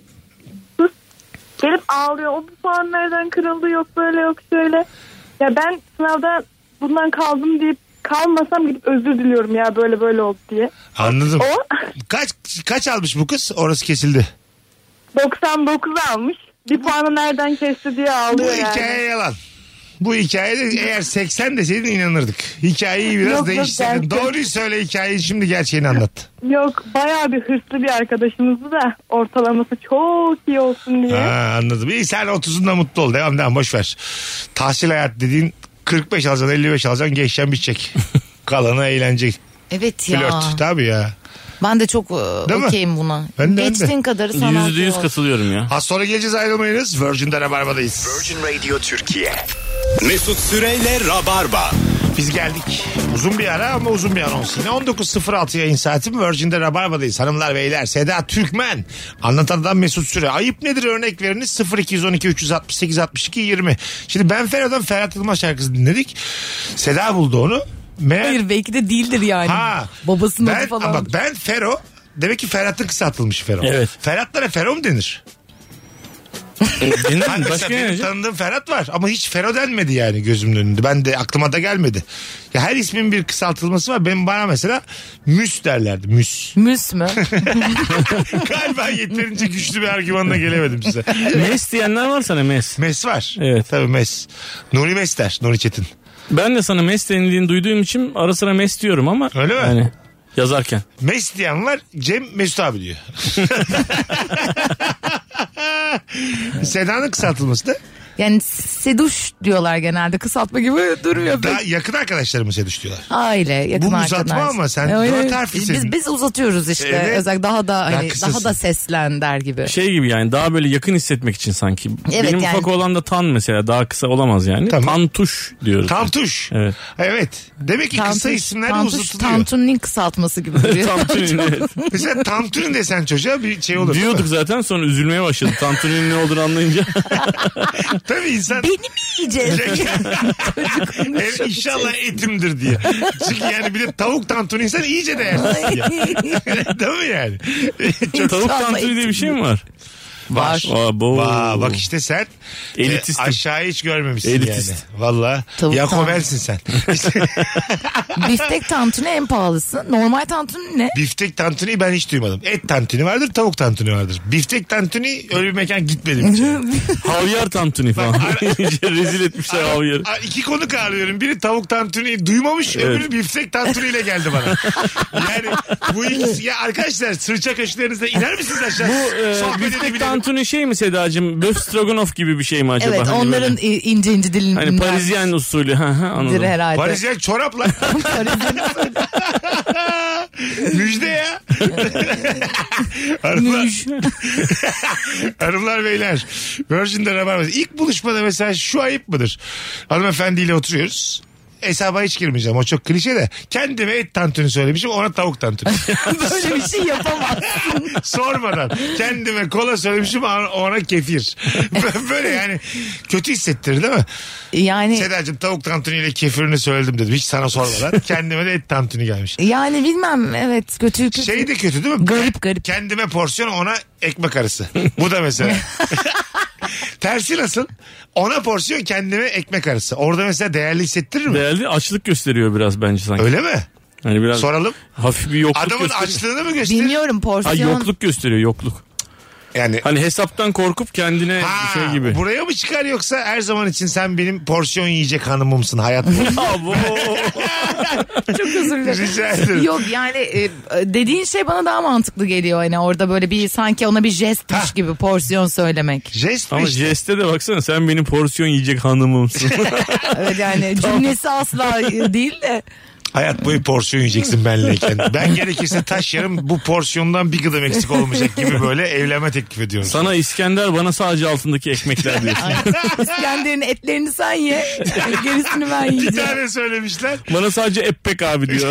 gelip ağlıyor. O bu puan nereden kırıldı, yok böyle yok şöyle. Ya ben sınavda bundan kaldım deyip kalmasam gidip özür diliyorum ya böyle böyle oldu diye. Anladım. O Kaç almış bu kız? Orası kesildi. 99 almış. Bir puanı nereden kesti diye Bu ağlıyor yani. hikaye yalan. Bu hikayede eğer 80 deseydin inanırdık. Hikayeyi biraz Yok, değiştirdin. gerçek. Doğruyu söyle, hikayeyi şimdi gerçeğini anlat. Yok, bayağı bir hırslı bir arkadaşımızdı da ortalaması çok iyi olsun diye. Ha, anladım. İyi, sen 30'unda mutlu ol. Devam boş ver. Tahsil hayat dediğin 45 alacaksın, 55 alacaksın, geçeceksin, bitecek. Kalanı eğlence. Evet ya. Flört tabii ya. Ben de çok Değil mi? okeyim buna. Ben de. Geçtiğin kadarı sana. %100 katılıyorum ya. Az sonra geleceğiz, ayrılmayınız. Virgin'de Rabarba'dayız. Virgin Radio Türkiye. Mesut Süreyle Rabarba. Biz geldik. Uzun bir ara ama uzun bir anons yine. 19.06 yayın saatim, Virgin'de Rabarba'dayız. Hanımlar beyler, Seda Türkmen, anlatan adam Mesut Süre. Ayıp nedir örnek veriniz? 0212 368 62 20. Şimdi Ben Fero'dan Ferhat Yılmaz şarkısı dinledik. Seda buldu onu. Hayır, belki de değildir yani. Ha. Babasının adı Ben, falan. bak ben Fero, demek ki Ferhat'ın kısaltılmış Fero. Evet. Ferhatlara Fero mu denir? Dinledin Ha, mi? mesela Başka benim ne? tanıdığım Ferhat var ama hiç Fero denmedi yani gözümün önünde. Ben de aklıma da gelmedi. Ya her ismin bir kısaltılması var. Bana mesela Müs derlerdi. Müs. Müs mü? Galiba yeterince güçlü bir argümanla gelemedim size. Mes diyenler var sana, mes. Mes var. Evet. Tabii Mes. Nuri Mes der. Nuri Çetin. Ben de sana mes denildiğini duyduğum için ara sıra mes diyorum ama. Öyle mi? Yani yazarken. Mes diyen var. Cem Mesut abi diyor. Seda'nın kısaltılması da. Yani Seduş diyorlar genelde. Kısaltma gibi durmuyor. Daha yakın arkadaşlarım mı Seduş diyorlar? Aile, yakın Bu arkadaş. uzatma ama sen Öyle. dört harflisin. Biz uzatıyoruz işte. Evet. Özellikle daha da hani kısasın. daha da seslen der gibi. Şey gibi yani, daha böyle yakın hissetmek için sanki. Evet, Benim yani. ufak olan da Tan mesela, daha kısa olamaz yani. Tamam. Tantuş diyoruz. Tantuş. Evet. Evet. Demek ki kısa isimler de uzatılıyor. Tantun'un kısaltması gibi duruyor. Tantuni, evet. Mesela Tantuni desen çocuğa bir şey olur. Diyorduk zaten, sonra üzülmeye başladı. Tantuni'nin ne olduğunu anlayınca. Tabii insan. Beni mi yiyeceğiz? Evet, inşallah etimdir diye. Çünkü yani bir de tavuk tantuni insan iyice de yersin ya. Değil mi yani? Çok Tavuk tantuni diye bir şey mi var? var. Abo. Bak işte sen Elitistim. aşağıyı hiç görmemişsin Elitist. yani. Valla. Tavuk Yakovelsin sen. Biftek tantuni en pahalısı. Normal tantuni ne? Biftek tantuniyi ben hiç duymadım. Et tantuni vardır, tavuk tantuni vardır. Biftek tantuni öyle bir mekan gitmedim hiç. Havyar tantuni falan. Rezil etmişler havyarı. İki konuk ağırlıyorum. Biri tavuk tantuniyi duymamış, öbürü biftek tantuniyle geldi bana. Yani bu ikisi, ya arkadaşlar sırça köşelerinizde iner misiniz aşağı? Sohbet Biftek edebilelim. tantuni şey mi Sedacığım? Böf stroganoff gibi bir şey mi acaba? Evet, Hani onların böyle? ince ince dilimler. Hani Parisyen usulü. Anladım. herhalde. Parisyen çorapla. Müjde ya. Hanımlar beyler. Virgin'de Rabarba'da. İlk buluşmada mesela şu ayıp mıdır? Hanımefendiyle oturuyoruz. hesaba hiç girmeyeceğim. O çok klişe de. Kendime et tantuni söylemişim, ona tavuk tantuni. Böyle bir şey yapamazsın. Sormadan. Kendime kola söylemişim, ona kefir. Böyle yani kötü hissettirir değil mi? Yani Sedacığım tavuk tantuni ile kefirini söyledim dedim. Hiç sana sormadan. Kendime de et tantuni gelmiş. yani bilmem, evet, kötü. Şey de kötü değil mi? Garip. Kendime porsiyon, ona ekmek arası. Bu da mesela. Tersi nasıl? Ona porsiyon, kendime ekmek arası. Orada mesela değerli hissettirir mi? Değerli, açlık gösteriyor biraz bence sanki. Öyle mi? Hani biraz Soralım. hafif bir yokluk Adamın gösteriyor. açlığını mı gösterir? Bilmiyorum, porsiyon. Yokluk gösteriyor, yokluk. Yani Hani hesaptan korkup kendine şey gibi. Buraya mı çıkar, yoksa her zaman için sen benim porsiyon yiyecek hanımımsın hayat boyu? Çok özür dilerim. Rica ederim. Yok yani dediğin şey bana daha mantıklı geliyor. Hani orada böyle bir sanki ona bir jestmiş gibi porsiyon söylemek. Jest mi Ama işte? jeste de baksana, sen benim porsiyon yiyecek hanımımsın. Evet yani cümlesi asla değil de. Hayat boyu porsiyon yiyeceksin benleyken. Ben gerekirse taş yarım, bu porsiyondan bir gıdım eksik olmayacak gibi böyle evlenme teklif ediyorum. Sana İskender, bana sadece altındaki ekmekler diyorsun. İskender'in etlerini sen ye. Gerisini ben Bir yiyeceğim. tane söylemişler. Bana sadece Eppek abi diyor.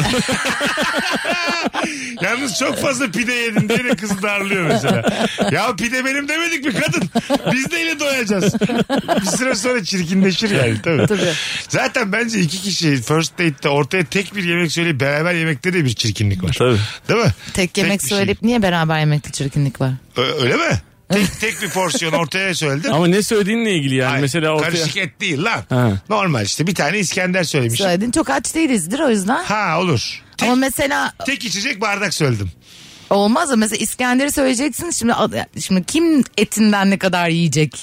Yalnız çok fazla pide yedin diye de kızı darlıyor mesela. Ya pide benim demedik mi kadın? Biz neyle doyacağız? Bir süre sonra çirkinleşir yani tabii. Zaten bence iki kişi first date'te ortaya tek bir yemek söyleyip beraber yemekte de bir çirkinlik var. Tabii. Değil mi? Tek yemek bir şey. söyleyip niye beraber yemekte çirkinlik var? Öyle mi? Tek bir porsiyon ortaya söyledin. Ama ne söylediğinle ilgili yani. Hayır, Mesela ortaya... karışık et değil lan. Ha. Normal işte bir tane İskender söylemişim. Söyledin, çok aç değilizdir o yüzden. Ha olur. Ama mesela Tek içecek bardak söyledim. olmaz mı? Mesela İskender'i söyleyeceksin, şimdi kim etinden ne kadar yiyecek?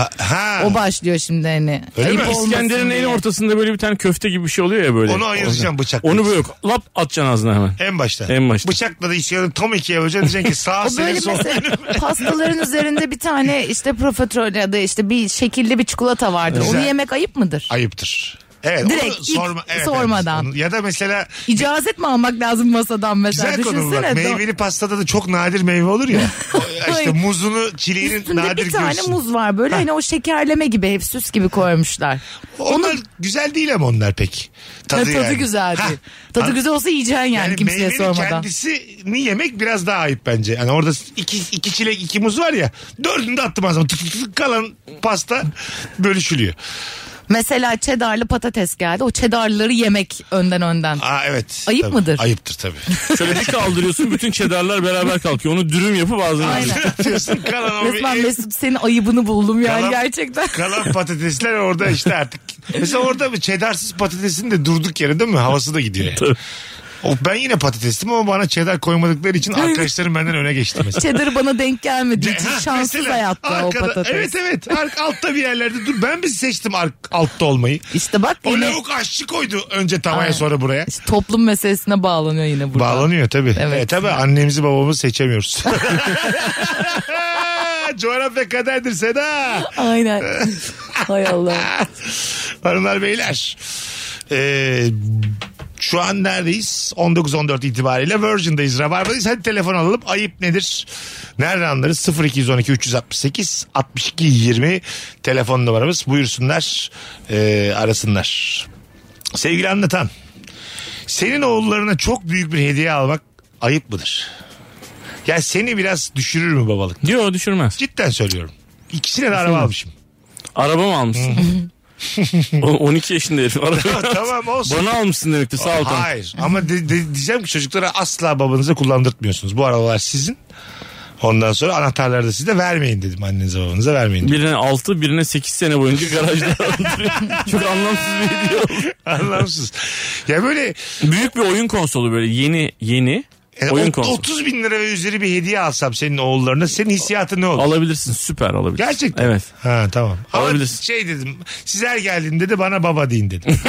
Ha. O başlıyor şimdi hani. Öyle Ayıp mi? olmasın İskender'in diye. en ortasında böyle bir tane köfte gibi bir şey oluyor ya böyle. Onu ayıracaksın bıçakla. Onu böyle lap atacaksın ağzına hemen. En başta. En başta. Bıçakla da İskender'i tam ikiye böleceksin. Diyeceksin ki sağ O senin böyle sol mesela benim. pastaların üzerinde bir tane işte profiterol ya da işte bir şekilli bir çikolata vardır. Güzel. Onu yemek ayıp mıdır? Ayıptır. Evet, Direkt onu ilk sormadan. Ya da mesela İcazet mi almak lazım masadan mesela? güzel konu bak. Düşünsene. Meyveli pastada da çok nadir meyve olur ya. İşte muzunu, çileğini Üstünde nadir bir tane görsün. muz var böyle hani o şekerleme gibi, hep süs gibi koymuşlar. Onlar güzel değil ama onlar pek. Tadı yani. güzel Ha. değil. Tadı güzel olsa yiyeceksin yani kimseye meyvenin sormadan. kendisini yemek biraz daha ayıp bence. Yani orada iki çilek, iki muz var ya. Dördünü de attım ağzıma. Tık tık tık kalan pasta bölüşülüyor. Mesela cheddarlı patates geldi. O cheddarları yemek önden. Aa evet. Ayıp tabii. mıdır? Ayıptır tabii. Şöyle bir kaldırıyorsun, bütün cheddarlar beraber kalkıyor. Onu dürüm yapıp ağzına Aynen. Diyorsun kalan o Resmen Mesut, senin ayıbını buldum yani Kalan- gerçekten. kalan patatesler orada işte artık. Mesela orada bir cheddarsız patatesin de durduk yere değil mi? Havası da gidiyor yani. Ben yine patatestim ama bana cheddar koymadıkları için arkadaşlarım benden öne geçti mesela. Cheddar'ı bana denk gelmediği için Ha, şanssız mesela hayatta o arkada- patates. Evet altta bir yerlerde dur. Ben bir seçtim altta olmayı. İşte bak O yine lavuk aşçı koydu önce tavaya Aynen. sonra buraya. işte toplum meselesine bağlanıyor yine burada. Bağlanıyor tabii. Evet. Tabii annemizi babamızı seçemiyoruz. Coğrafya kaderdir Seda. Aynen. Hay Allah. Hanımlar beyler. Şu an neredeyiz? 19.14 itibariyle Virgin'dayız. Rabarba'dayız. Hadi telefon alalım. Ayıp nedir? Nereden anlarız? 0212 368 62 20 telefon numaramız. Buyursunlar. Arasınlar. Sevgili anlatan. Senin oğullarına çok büyük bir hediye almak ayıp mıdır? Ya seni biraz düşürür mü babalık? Yok, düşürmez. Cidden söylüyorum. İkisine de araba almışım. Araba mı almışsın? 12 yaşında herif. Araba. Tamam olsun. Bana almışsın demektir, sağ ol. kanka. Hayır ama diyeceğim ki çocuklara asla babanıza kullandırtmıyorsunuz. Bu arabalar sizin. Ondan sonra anahtarları da size vermeyin dedim, annenize babanıza vermeyin dedim. Birine 6, birine 8 sene boyunca garajda duruyor. Çok anlamsız bir hediye oldu. Anlamsız. Ya böyle Büyük bir oyun konsolu, böyle yeni oyun konsolu. 30 bin lira ve üzeri bir hediye alsam senin oğullarına, senin hissiyatın ne olur? Alabilirsin, süper alabilirsin. Gerçekten. Evet. Ha tamam. Ama Alabilirsin. şey dedim, siz her geldiğinde de bana baba deyin dedim.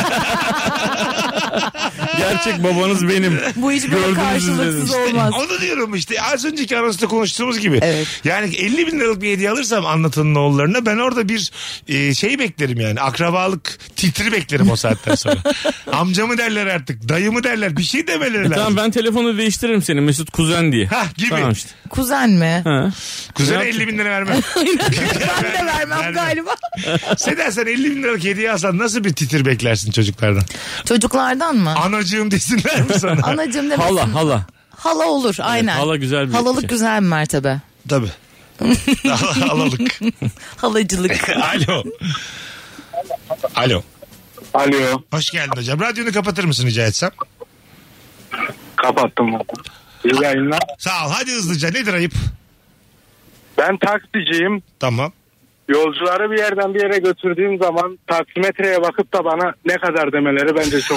Gerçek babanız benim. Bu hiç böyle Gördüğünüz karşılıksız üzere. olmaz. Onu diyorum işte, az önceki anonsta konuştuğumuz gibi. Evet. Yani 50 bin liralık bir hediye alırsam anlatanın oğullarına, ben orada bir şey beklerim yani. Akrabalık titri beklerim o saatten sonra. Amcamı derler artık, dayımı derler, bir şey demeleri lazım. Tamam, ben telefonu değiştiririm seni Mesut kuzen diye. Hah gibi. Tamam işte. Kuzen mi? Ha. Kuzene 50 bin lira vermem. Ben de vermem galiba. Seda sen 50 bin liralık hediye alsan nasıl bir titir beklersin çocuklardan? Çocuklardan mı? Anacığım desinler mi sana? Anacığım demesin. Hala. Hala olur aynen. Hala güzel bir Halalık şey. güzel bir mertebe. Tabii. Halalık. Halacılık. Alo. Alo. Alo. Hoş geldin hocam. Radyonu kapatır mısın rica etsem? Kapattım. İyi yayınlar. Sağ ol. Hadi hızlıca. Nedir ayıp? Ben taksiciyim. Tamam. Yolcuları bir yerden bir yere götürdüğüm zaman taksimetreye bakıp da bana ne kadar demeleri bence çok...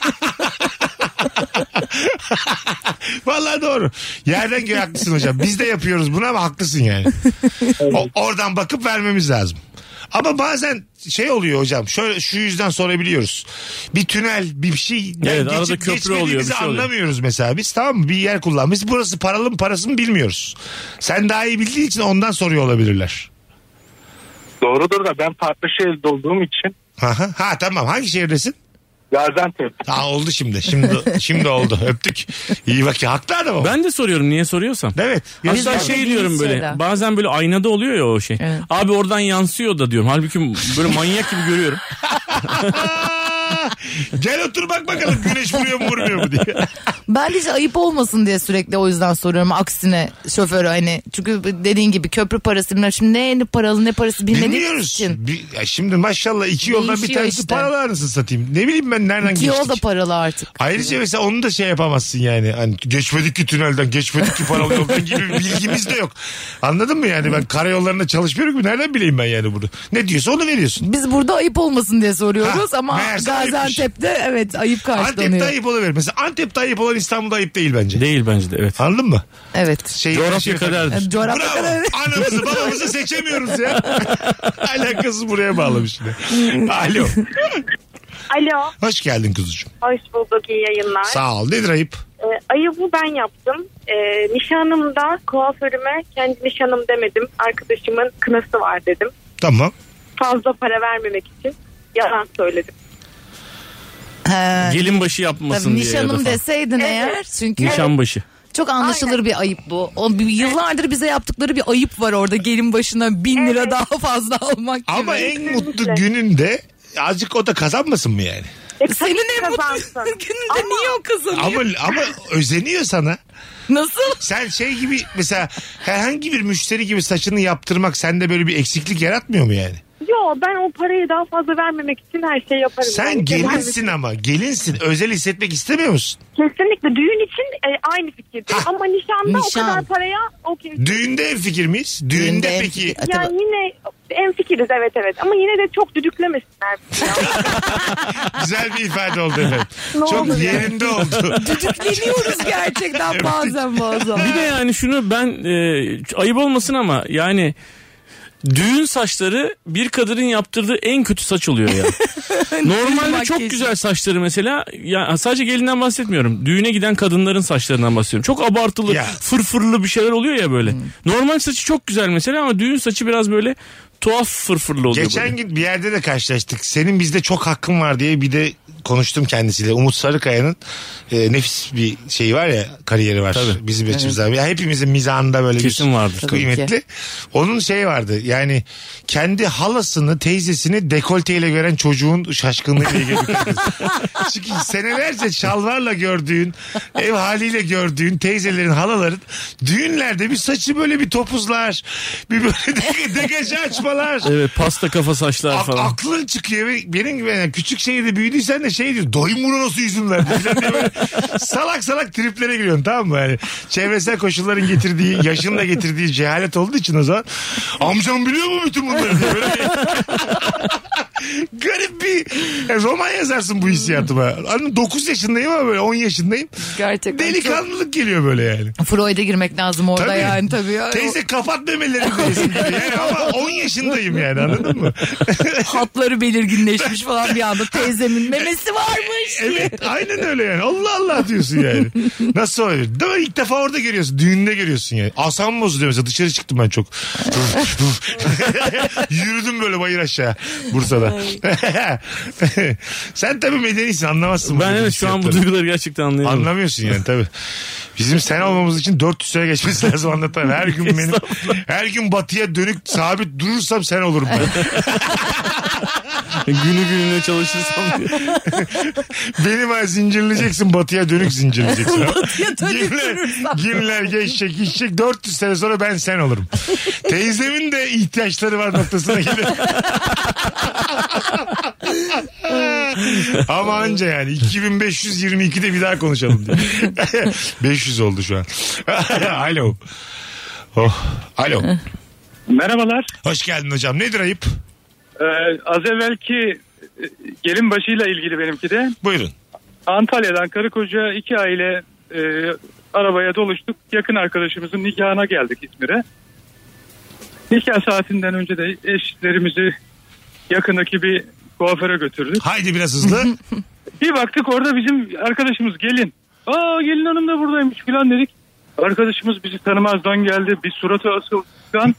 Vallahi doğru. Yerden göğe haklısın hocam. Biz de yapıyoruz bunu ama haklısın yani. Oradan bakıp vermemiz lazım. Ama bazen şey oluyor hocam. Şöyle şu yüzden sorabiliyoruz. Bir tünel bir şey Evet, arada köprü oluyor, bir şey oluyor. anlamıyoruz mesela biz, tamam mı? Bir yer kullanmışız. Burası paralı mı parası mı bilmiyoruz. Sen daha iyi bildiğin için ondan soruyor olabilirler. Doğrudur da ben farklı şehirde olduğum için. Ha tamam. Hangi şehirdesin? Gaziantep. Ha oldu şimdi. Şimdi oldu. Öptük. İyi bak ya. Haklı adam o. Ben de soruyorum niye soruyorsam. Evet. Hatta şey diyorum böyle Söyle. bazen böyle aynada oluyor ya o şey. Evet. Abi oradan yansıyor da diyorum. Halbuki böyle manyak gibi görüyorum. Gel otur bak bakalım güneş vuruyor mu vurmuyor mu diye. Ben de hiç ayıp olmasın diye sürekli o yüzden soruyorum. Aksine şoförü hani. Çünkü dediğin gibi köprü parası bilmem. Şimdi ne paralı ne parası bilmediğimiz Bilmiyoruz. için. Ya şimdi maşallah iki yoldan bir Değişiyor tanesi işte. paralı anasını satayım. Ne bileyim ben nereden İki geçtik. yol da paralı artık. Ayrıca mesela onu da şey yapamazsın yani. Hani geçmedik ki tünelden, geçmedik ki paralı yoldan gibi bir bilgimiz de yok. Anladın mı yani? Ben karayollarında çalışmıyorum ki nereden bileyim ben yani bunu. Ne diyorsa onu veriyorsun. Biz burada ayıp olmasın diye soruyoruz Ha, ama meğerse ayıpmış. Gaziantep'te evet ayıp Antep'te karşılanıyor. ayıp olabilir. Mesela Antep'te ayıp olan İstanbul'da ayıp değil bence. Değil bence de evet. Anladın mı? Evet. Coğrafya kaderdir. Coğrafya Bravo. kadar. Anamızı babamızı seçemiyoruz ya. Alakası buraya bağlamış yine. Alo. Alo. Hoş geldin kuzucuğum. Hoş bulduk, iyi yayınlar. Sağ ol. Nedir ayıp? Ayıbı ben yaptım. Nişanımda kuaförüme kendi nişanım demedim. Arkadaşımın kınası var dedim. Tamam. Fazla para vermemek için yalan söyledim. Gelin başı yapmasın Tabii diye. ya da nişanım falan. deseydin eğer çünkü Nişan başı. çok anlaşılır bir ayıp bu. Yıllardır bize yaptıkları bir ayıp var orada gelin başına 1000 lira daha fazla almak gibi. Ama en mutlu gününde azıcık o da kazanmasın mı yani? Senin en mutlu kazansın. gününde niye o kazanıyor? Ama özeniyor sana. Nasıl? Sen şey gibi mesela herhangi bir müşteri gibi saçını yaptırmak sende böyle bir eksiklik yaratmıyor mu yani? Yo, ben o parayı daha fazla vermemek için her şeyi yaparım. Sen Yani gelinsin ama gelinsin. Özel hissetmek istemiyor musun? kesinlikle düğün için aynı fikirdeyim. Ha. Ama nişanda Nişan. o kadar paraya okey. Düğünde en fikir miyiz? Düğünde en peki. fikir- Yani yine en fikiriz evet ama yine de çok düdüklemesinler. Güzel bir ifade oldu efendim. Ne Çok oldu ya? yerinde oldu. Düdükleniyoruz gerçekten bazen. Bir de yani şunu ben ayıp olmasın ama yani düğün saçları bir kadının yaptırdığı en kötü saç oluyor ya. Normalde çok güzel saçları mesela ya sadece gelinden bahsetmiyorum. Düğüne giden kadınların saçlarından bahsediyorum. Çok abartılı, Ya. fırfırlı bir şeyler oluyor ya böyle. Normal saçı çok güzel mesela ama düğün saçı biraz böyle tuhaf fırfırlı oluyor. Geçen böyle. gün bir yerde de karşılaştık. Senin bizde çok hakkın var diye bir de konuştum kendisiyle. Umut Sarıkaya'nın nefis bir şeyi var ya, kariyeri var. Tabii. Bizim açımızdan. Ya hepimizin mizahında böyle Kesin bir vardır. kıymetli. Onun şeyi vardı. Yani kendi halasını, teyzesini dekolteyle gören çocuğun şaşkınlığıyla ilgili bir kız. Çünkü senelerce şalvarla gördüğün, ev haliyle gördüğün teyzelerin, halaların düğünlerde bir saçı böyle bir topuzlar, bir böyle degajı açmalar. Evet, pasta kafa saçlar falan. Aklın çıkıyor ve benim gibi yani küçük şehirde büyüdüysen de şey diyor, dayım buna nasıl izin verdi falan diye böyle salak salak triplere giriyorsun, tamam mı? Yani çevresel koşulların getirdiği, yaşın da getirdiği cehalet olduğu için o zaman amcam biliyor mu bütün bunları diye böyle garip bir roman yazarsın bu hissiyatıma. 9 yaşındayım ama böyle 10 yaşındayım. Gerçekten Delikanlılık geliyor böyle yani. Freud'a girmek lazım orada Tabii. yani tabii. Ya. Teyze kapat memelerini diyorsun yani ama 10 yaşındayım yani, anladın mı? Hatları belirginleşmiş falan bir anda teyzemin memesi varmış diye. Evet aynen öyle yani. Allah Allah diyorsun yani. Nasıl olabilir? Değil mi? İlk defa orada görüyorsun. Düğünde görüyorsun yani. Asam bozuluyor mesela. Dışarı çıktım ben çok. Yürüdüm böyle bayır aşağı Bursa'da. Sen tabii medenisin, anlamazsın. Ben evet şu an bu duyguları gerçekten anlayamıyorum. Anlamıyorsun yani tabii. Bizim sen olmamız için 400 sene geçmesi lazım anlatan. Her gün batıya dönük sabit durursam sen olurum ben. Günü gününe çalışırsam diye. Benim ha zincirleyeceksin, batıya dönük zincirleyeceksin. Batıya dönük durursam. Günler geçecek 400 sene sonra ben sen olurum. Teyzemin de ihtiyaçları var noktasına gelir. Ama anca yani 2522'de bir daha konuşalım diye. 500 oldu şu an. Alo. Alo. Merhabalar. Hoş geldin hocam. Nedir ayıp? Az evvelki gelin başıyla ilgili benimki de. Buyurun. Antalya'dan karı koca 2 aile arabaya doluştuk. Yakın arkadaşımızın nikahına geldik İzmir'e. Nikah saatinden önce de eşlerimizi yakındaki bir kuaföre götürdük. Haydi biraz hızlı. Bir baktık orada bizim arkadaşımız gelin. Gelin hanım da buradaymış falan dedik. Arkadaşımız bizi tanımazdan geldi. Bir suratı asıldan.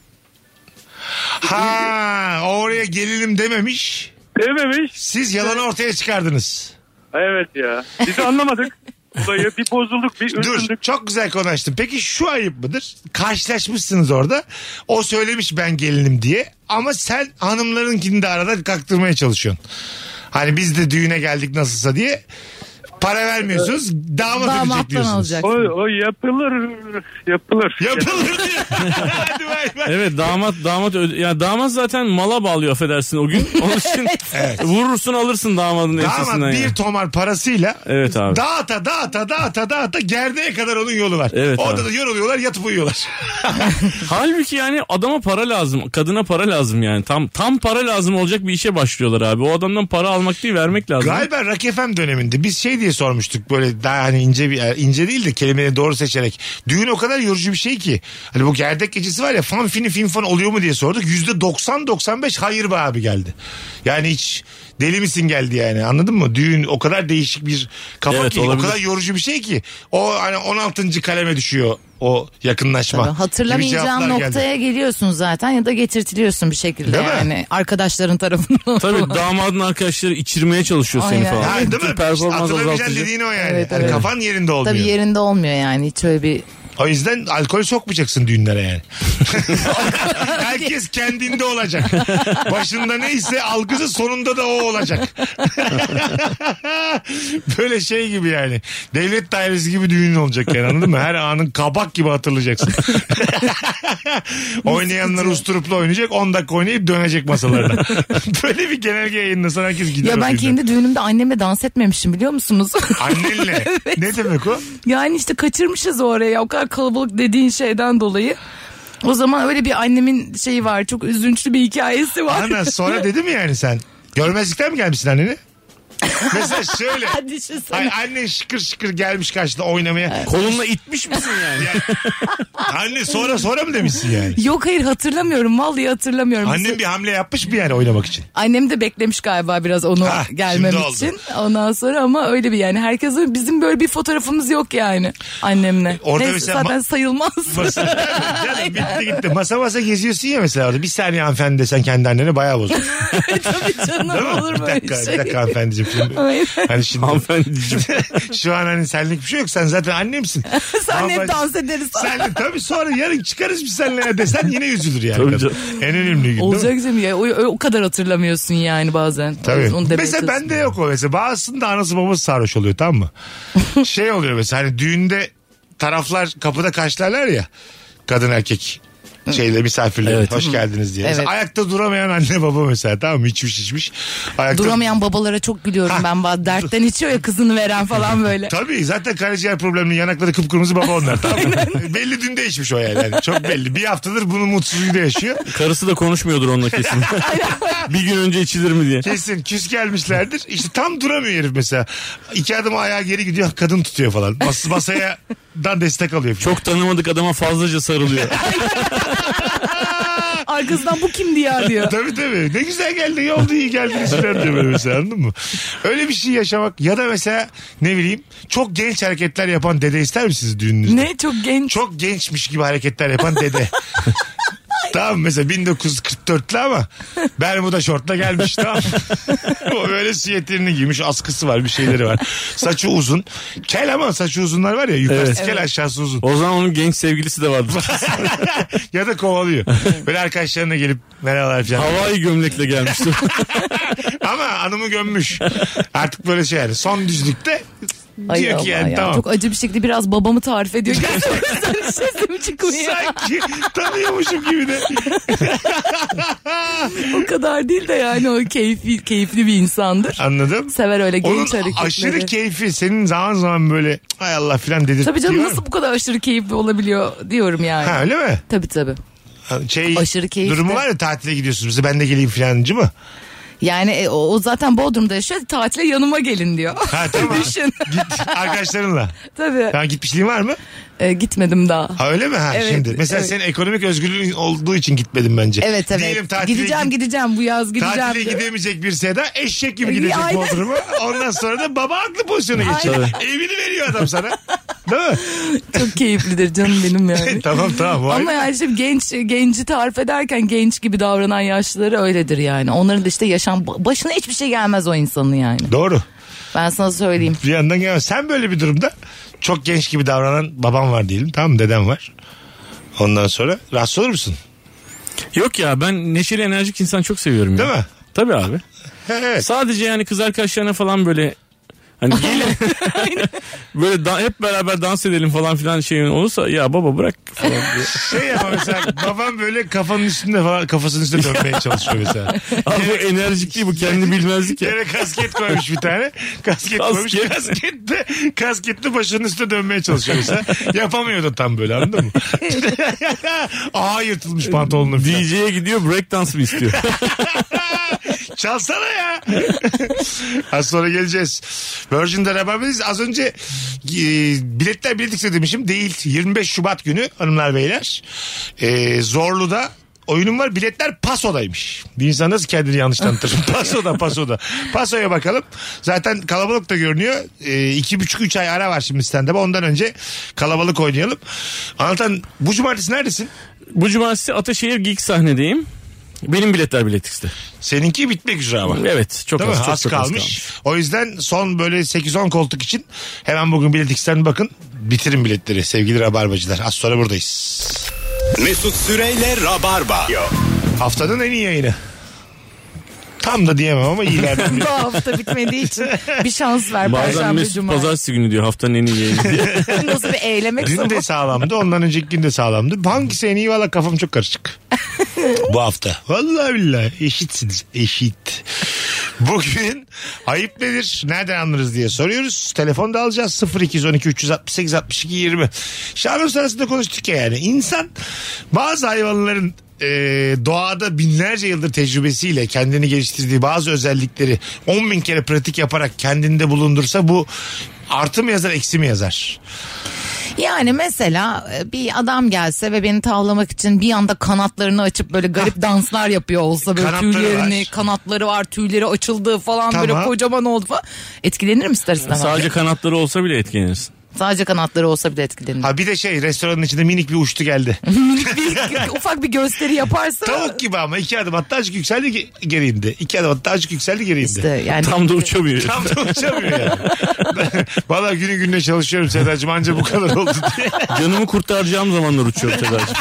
Oraya gelelim dememiş. Dememiş. Siz yalanı ortaya çıkardınız. Evet ya. Biz anlamadık. Olayı bir bozulduk, bir üzüldük. Dur, çok güzel konuştun. Peki şu ayıp mıdır? Karşılaşmışsınız orada. O söylemiş ben gelinim diye. Ama sen hanımlarınkini de arada kaktırmaya çalışıyorsun. Hani biz de düğüne geldik nasılsa diye. Para vermiyorsunuz. Damat ödeyecek diyorsunuz. O yapılır. Yapılır diye. Hadi bay. Evet, damat zaten mala bağlıyor, affedersin o gün. Onun için vurursun alırsın damadın ensesinden. Damat bir tomar parasıyla evet abi. dağıta gerdeğe kadar onun yolu var. Evet orada abi. da yoruluyorlar, yatıp uyuyorlar. Halbuki yani adama para lazım, kadına para lazım yani. Tam para lazım olacak bir işe başlıyorlar abi. O adamdan para almak değil, vermek lazım. Galiba Rock FM döneminde biz diye sormuştuk, böyle daha hani ince değil de kelimeleri doğru seçerek. Düğün o kadar yorucu bir şey ki. Hani bu gerdek gecesi var ya, fan film oluyor mu diye sorduk. %90-95 hayır be abi geldi. Yani hiç deli misin geldi yani, anladın mı? Düğün o kadar değişik bir kafa ki, olabilir. O kadar yorucu bir şey ki. O hani 16. kaleme düşüyor o yakınlaşma. Tabii, hatırlamayacağın noktaya geliyorsun zaten ya da getirtiliyorsun bir şekilde. Değil yani mi? Arkadaşların tarafından. Tabii damadın arkadaşları içirmeye çalışıyor seni falan. Ha, değil mi? Hatırlamayacağın dediğin o yani. Evet, evet. Kafan yerinde olmuyor. Tabii yerinde olmuyor yani, hiç öyle bir... O yüzden alkol sokmayacaksın düğünlere yani. Herkes kendinde olacak. Başında neyse algısı, sonunda da o olacak. Böyle şey gibi yani. Devlet dairesi gibi düğün olacak yani, anladın mı? Her anın kabak gibi hatırlayacaksın. Oynayanlar usturuplu oynayacak. 10 dakika oynayıp dönecek masalarına. Böyle bir genelge yayınlasan herkes gider. Ya ben kendi düğünümde annemle dans etmemişim, biliyor musunuz? Annenle? Evet. Ne demek o? Yani işte kaçırmışız oraya. O kadar kalabalık dediğin şeyden dolayı. O zaman öyle bir annemin şeyi var. Çok üzünçlü bir hikayesi var. Ana, sonra dedi mi yani sen? Görmezlikten mi gelmişsin anneni? Mesela şöyle. Annen şıkır şıkır gelmiş karşıda oynamaya. Kolunla itmiş misin yani? Anne sonra mı demişsin yani? Yok, hayır, hatırlamıyorum. Vallahi hatırlamıyorum. Annem bir hamle yapmış mı yani oynamak için? Annem de beklemiş galiba biraz onu gelmem için. Ondan sonra ama öyle bir yani. Herkesin, bizim böyle bir fotoğrafımız yok yani annemle. Orada neyse, zaten sayılmaz. Bitti gitti. Masa geziyorsun ya mesela orada. Bir saniye hanımefendi desen kendi annene bayağı bozulur. Tabii canım, olur böyle bir dakika hanımefendiciğim. Hani şimdi hanımefendiciğim. Şu an hani senlik bir şey yok. Sen zaten annemsin. Sen hep dans ederiz. Sen tabii sonra yarın çıkarız biz seninle desen yine üzülür yani. En önemli gün. Olacak değil mi ya? O kadar hatırlamıyorsun yani bazen. Tabii. Mesela bende yok o mesela. Bazısında anası babası sarhoş oluyor, tamam mı? Şey oluyor mesela, hani düğünde taraflar kapıda karşılarlar ya, kadın erkek misafirler, evet. Hoş geldiniz diye. Evet. Ayakta duramayan anne baba mesela, tamam mı? İçmiş. Duramayan babalara çok gülüyorum ben. Dertten içiyor ya kızını veren falan böyle. Tabii, zaten karaciğer problemli, yanakları kıpkırmızı baba onlar, tamam mı? Belli dün de içmiş o yani. Çok belli. Bir haftadır bunun mutsuzluğuyla yaşıyor. Karısı da konuşmuyordur onunla kesin. Bir gün önce içilir mi diye. Kesin küs gelmişlerdir. İşte tam duramıyor herif mesela. 2 adım ayağa geri gidiyor, kadın tutuyor falan. Masaya destek alıyor. Çok tanımadık adama fazlaca sarılıyor. Arkasından bu kimdi ya diyor. Tabii. Ne güzel geldi, iyi oldu, iyi geldiniz falan diyor böyle mesela, anladın mı? Öyle bir şey yaşamak ya da mesela ne bileyim çok genç hareketler yapan dede ister misiniz düğününüzde? Ne çok genç? Çok gençmiş gibi hareketler yapan dede. Tamam mesela 1944'lü ama Bermuda şortla gelmiş tamam. O böyle süyeterini giymiş, askısı var, bir şeyleri var. Saçı uzun. Kel ama saçı uzunlar var ya, yukarısı kel aşağısı uzun. O zaman onun genç sevgilisi de vardı. Ya da kovalıyor. Böyle arkadaşlarına gelip merhabalar falan. Havai gömlekle gelmişti. Ama hanımı gömmüş. Artık böyle şey yani son düzlükte diyor ki yani ya. tamam. Çok acı bir şekilde biraz babamı tarif ediyor. Gerçekten sesim çıkmıyor. Sanki tanıyormuşum gibi de. O kadar değil de yani o keyifli bir insandır. Anladım. Sever öyle genç Onun hareketleri. aşırı keyfi senin zaman zaman böyle ay Allah filan dedirtiyor. Tabii canım, nasıl bu kadar aşırı keyifli olabiliyor diyorum yani. Ha öyle mi? Tabii. Aşırı keyifli. Durumu var ya, tatile gidiyorsunuz. Ben de geleyim filancı mı? Yani o zaten Bodrum'da yaşıyor. Tatile yanıma gelin diyor. Ha tamam. Düşün. Git arkadaşlarınla. Tabii. Tamam, gitmişliğin var mı? Gitmedim daha. Ha öyle mi? Ha Evet, şimdi. Mesela evet. senin ekonomik özgürlüğün olduğu için gitmedim bence. Evet. Diyelim tatile Gideceğim bu yaz gideceğim. Tatile diyor. gidemeyecek bir Seda eşek gibi gidecek Aynen. Bodrum'a. Ondan sonra da baba haklı pozisyona geçiyor. Evini veriyor adam sana. Değil mi? Çok keyiflidir canım benim yani. Tamam. Ama yani şimdi genci tarif ederken genç gibi davranan yaşlıları öyledir yani. Onların da işte başına hiçbir şey gelmez o insanın yani. Doğru. Ben sana söyleyeyim. Bir yandan gelmez. Sen böyle bir durumda çok genç gibi davranan babam var diyelim. Tamam mı? Dedem var. Ondan sonra rahatsız olur musun? Yok ya, ben neşeli enerjik insan çok seviyorum ya. Değil mi? Tabii abi. Evet. Sadece yani kız arkadaşlarına falan böyle hani gelin böyle hep beraber dans edelim falan filan şey olursa ya baba bırak falan diye. Şey yapma mesela, babam böyle kafanın üstünde falan, kafasının üstünde dönmeye çalışıyor mesela. Abi bu enerjik değil, bu kendi bilmezlik ya. Yere kasket koymuş bir tane. Koymuş. Kasketli başının üstüne dönmeye çalışıyor mesela. Yapamıyordu tam böyle, anladın mı? Aha yırtılmış pantolonun falan. DJ'ye gidiyor, break dance mı istiyor? Çalsana ya. Az sonra geleceğiz. Virgin'de Rabarba'dayız. Az önce biletler Biletix'e demişim. Değil. 25 Şubat günü hanımlar beyler. Zorlu'da oyunum var. Biletler Paso'daymış. Bir insan nasıl kendini yanlış tanıtır? Paso'da. Paso'ya bakalım. Zaten kalabalık da görünüyor. 2,5-3 ay ara var şimdi stand-up'a. Ondan önce kalabalık oynayalım. Anlatan, bu cumartesi neredesin? Bu cumartesi Ataşehir Geek sahnedeyim. Benim biletler Biletix'te. Seninki bitmek üzere ama. Evet, çok değil az. mi? Çok Az çok kalmış. kalmış. O yüzden son böyle 8-10 koltuk için hemen bugün Biletix'ten bakın. Bitirin biletleri sevgili Rabarbacılar. Az sonra buradayız. Mesut Süreyle Rabarba. Haftanın en iyi yayını. Tam da diyemem ama iyilerden biri. Bu hafta bitmediği için bir şans ver. Bazen Perşembe, Mesut Cuma. pazartesi günü diyor haftanın en iyi yayını diye. Nasıl bir eylemek Dün de sağlamdı. Ondan önceki gün de sağlamdı. Hangisi en iyi? Valla kafam çok karışık. Bu hafta. Vallahi billahi eşitsiniz. Eşit. Bugün ayıp nedir? Nereden anlarız diye soruyoruz. Telefonda alacağız. 0212 368 62 20. Şahane arasında konuştuk ya yani. İnsan bazı hayvanların doğada binlerce yıldır tecrübesiyle kendini geliştirdiği bazı özellikleri 10.000 kere pratik yaparak kendinde bulundursa bu artı mı yazar, eksi mi yazar? Yani mesela bir adam gelse ve beni tavlamak için bir anda kanatlarını açıp böyle garip danslar yapıyor olsa, böyle kanatları var, tüyleri açıldı falan, tamam, böyle kocaman oldu falan. Etkilenirim ister istemez. Sadece kanatları olsa bile etkilenirsin. Sadece kanatları olsa bile etkilenirim. Ha bir de restoranın içinde minik bir uçtu geldi. Ufak bir gösteri yaparsa. Tavuk gibi ama 2 adım hatta azıcık yükseldi geri indi. 2 adım hatta azıcık yükseldi geri indi. İşte yani. Tam da uçamıyor. Tam da uçamıyor yani. Valla günü gününe çalışıyorum Sedacığım, anca bu kadar oldu diye. Canımı kurtaracağım zamanlar uçuyorum Sedacığım.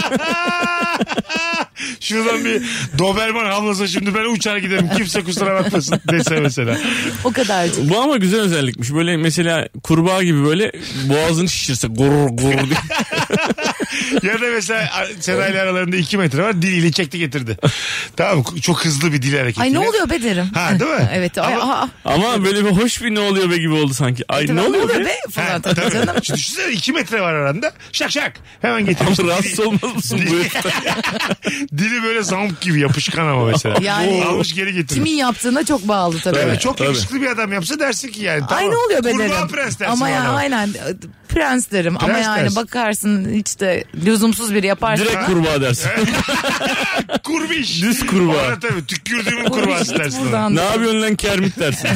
Şuradan bir Doberman havlasa şimdi ben uçar giderim. Kimse kusura bakmasın dese mesela. O kadar. Bu ama güzel özellikmiş. Böyle mesela kurbağa gibi böyle boğazını şişirse gurur gurur diye. Ya da mesela Seda ile aralarında 2 metre var, diliyle çekti getirdi. Tamam, çok hızlı bir dil hareketi. Ay ne oluyor be derim. Ha değil mi? Evet. Ama böyle bir hoş bir ne oluyor be gibi oldu sanki. Ay ne oluyor be? Falan tabii canım. Düşünsene 2 metre var aranda. Şak şak. Hemen getirmiş. Ama rahatsız olmaz mısın bu yüzden? Dili böyle zamp gibi yapışkan ama mesela. Yani almış geri getirmiş. Kimin yaptığına çok bağlı tabii. Evet, çok yakışıklı bir adam yapsa dersin ki yani. Tamam. Ay ne oluyor be Kurbağa derim. prens dersin. Ama ya aynen. prens derim. Ama Prens yani dersin. bakarsın hiç de lüzumsuz biri yaparsa. Direkt kurbağa dersin. Kurbiş. Düz kurbağa. Orada tabii tükürdüğümün kurbağası dersin. Buradan Ne yapıyorsun lan Kermit dersin.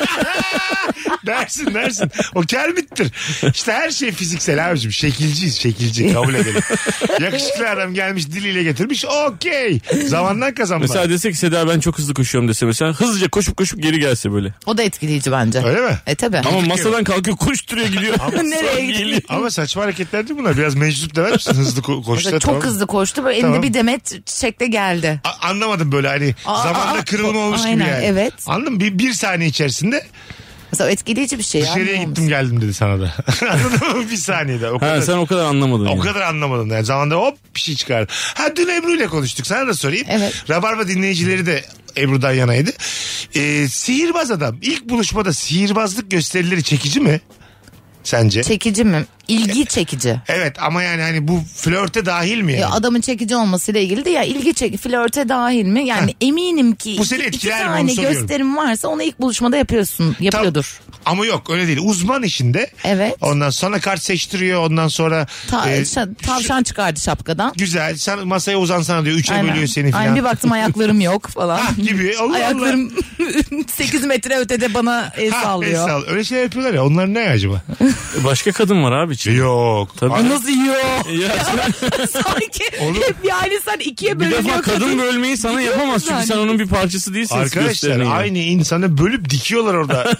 dersin. O Kermit'tir. İşte her şey fiziksel abicim. Şekilci kabul edelim. Yakışıklı adam gelmiş diliyle getirmiş. Okey. Zamandan kazanma. Mesela desek Seda ben çok hızlı koşuyorum dese mesela hızlıca koşup geri gelse böyle. O da etkileyici bence. Öyle mi? Tabii. Ama masadan kalkıyor koşturuyor gidiyor. Nereye gidiyor? Ama saçma hareketler değil bunlar. Biraz meczup demez misin? Hızlı koştu. Mesela çok tamam. hızlı koştu. Böyle Tamam. elinde bir demet çiçekle geldi. Anlamadım böyle hani zamanda kırılma olmuş gibi aynen, yani. evet. Anladın mı? Bir saniye içerisinde Mesela etkileyici bir şey. dışarıya anlıyor gittim musun? geldim dedi sana da. Anladın mı? Bir saniyede. O kadar, Sen o kadar anlamadın. o yani. kadar anlamadım. Yani zamanda hop bir şey çıkardı. Ha dün Ebru ile konuştuk. Sana da sorayım. Evet. Rabarba dinleyicileri de Ebru'dan yanaydı. Sihirbaz adam. İlk buluşmada sihirbazlık gösterileri çekici mi? Sence? Çekici mi? İlgi çekici. Evet ama yani hani bu flörte dahil mi yani? Ya adamın çekici olmasıyla ilgili de ya ilgi flörte dahil mi? Yani eminim ki Bu seni iki etkiler mi? Onu tane soruyorum. gösterim varsa onu ilk buluşmada yapıyordur. Ama yok öyle değil. Uzman işinde. Evet. Ondan sonra kart seçtiriyor. Ondan sonra Tavşan çıkardı şapkadan. güzel. Sen masaya uzansana diyor. 3'e bölüyor seni falan. Aynen bir baktım ayaklarım yok falan. Gibi. Allah Ayaklarım 8 metre ötede bana el Allah. sallıyor. El sall. Öyle şey yapıyorlar ya. Onlar ne acaba? Başka kadın var abi içinde. Yok. Tabii. Nasıl yiyor? Ya Sanki hep yani sen ikiye bir bölünüyor. defa kadın bölmeyi sana yapamaz çünkü sen onun bir parçası değilsin. Arkadaşlar gösterinin yani. aynı insanı bölüp dikiyorlar orada.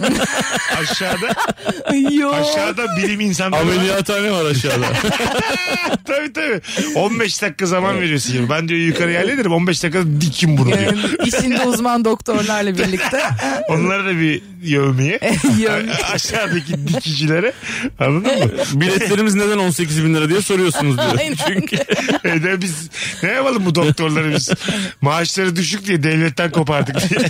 Aşağıda bilim insanları. Ameliyathane var aşağıda. tabii. 15 dakika zaman veriyorsun. Yani. Ben diyor yukarı yerlenirim 15 dakika dikin bunu diyor. Yani işinde uzman doktorlarla birlikte. Onlara da bir yövmeye. Yövmeye. Aşağıdaki dikicilere. Anladın mı? Biletlerimiz neden 18.000 lira diye soruyorsunuz diyor. Aynen. Çünkü De biz ne yapalım bu doktorları biz? Maaşları düşük diye devletten kopardık diye.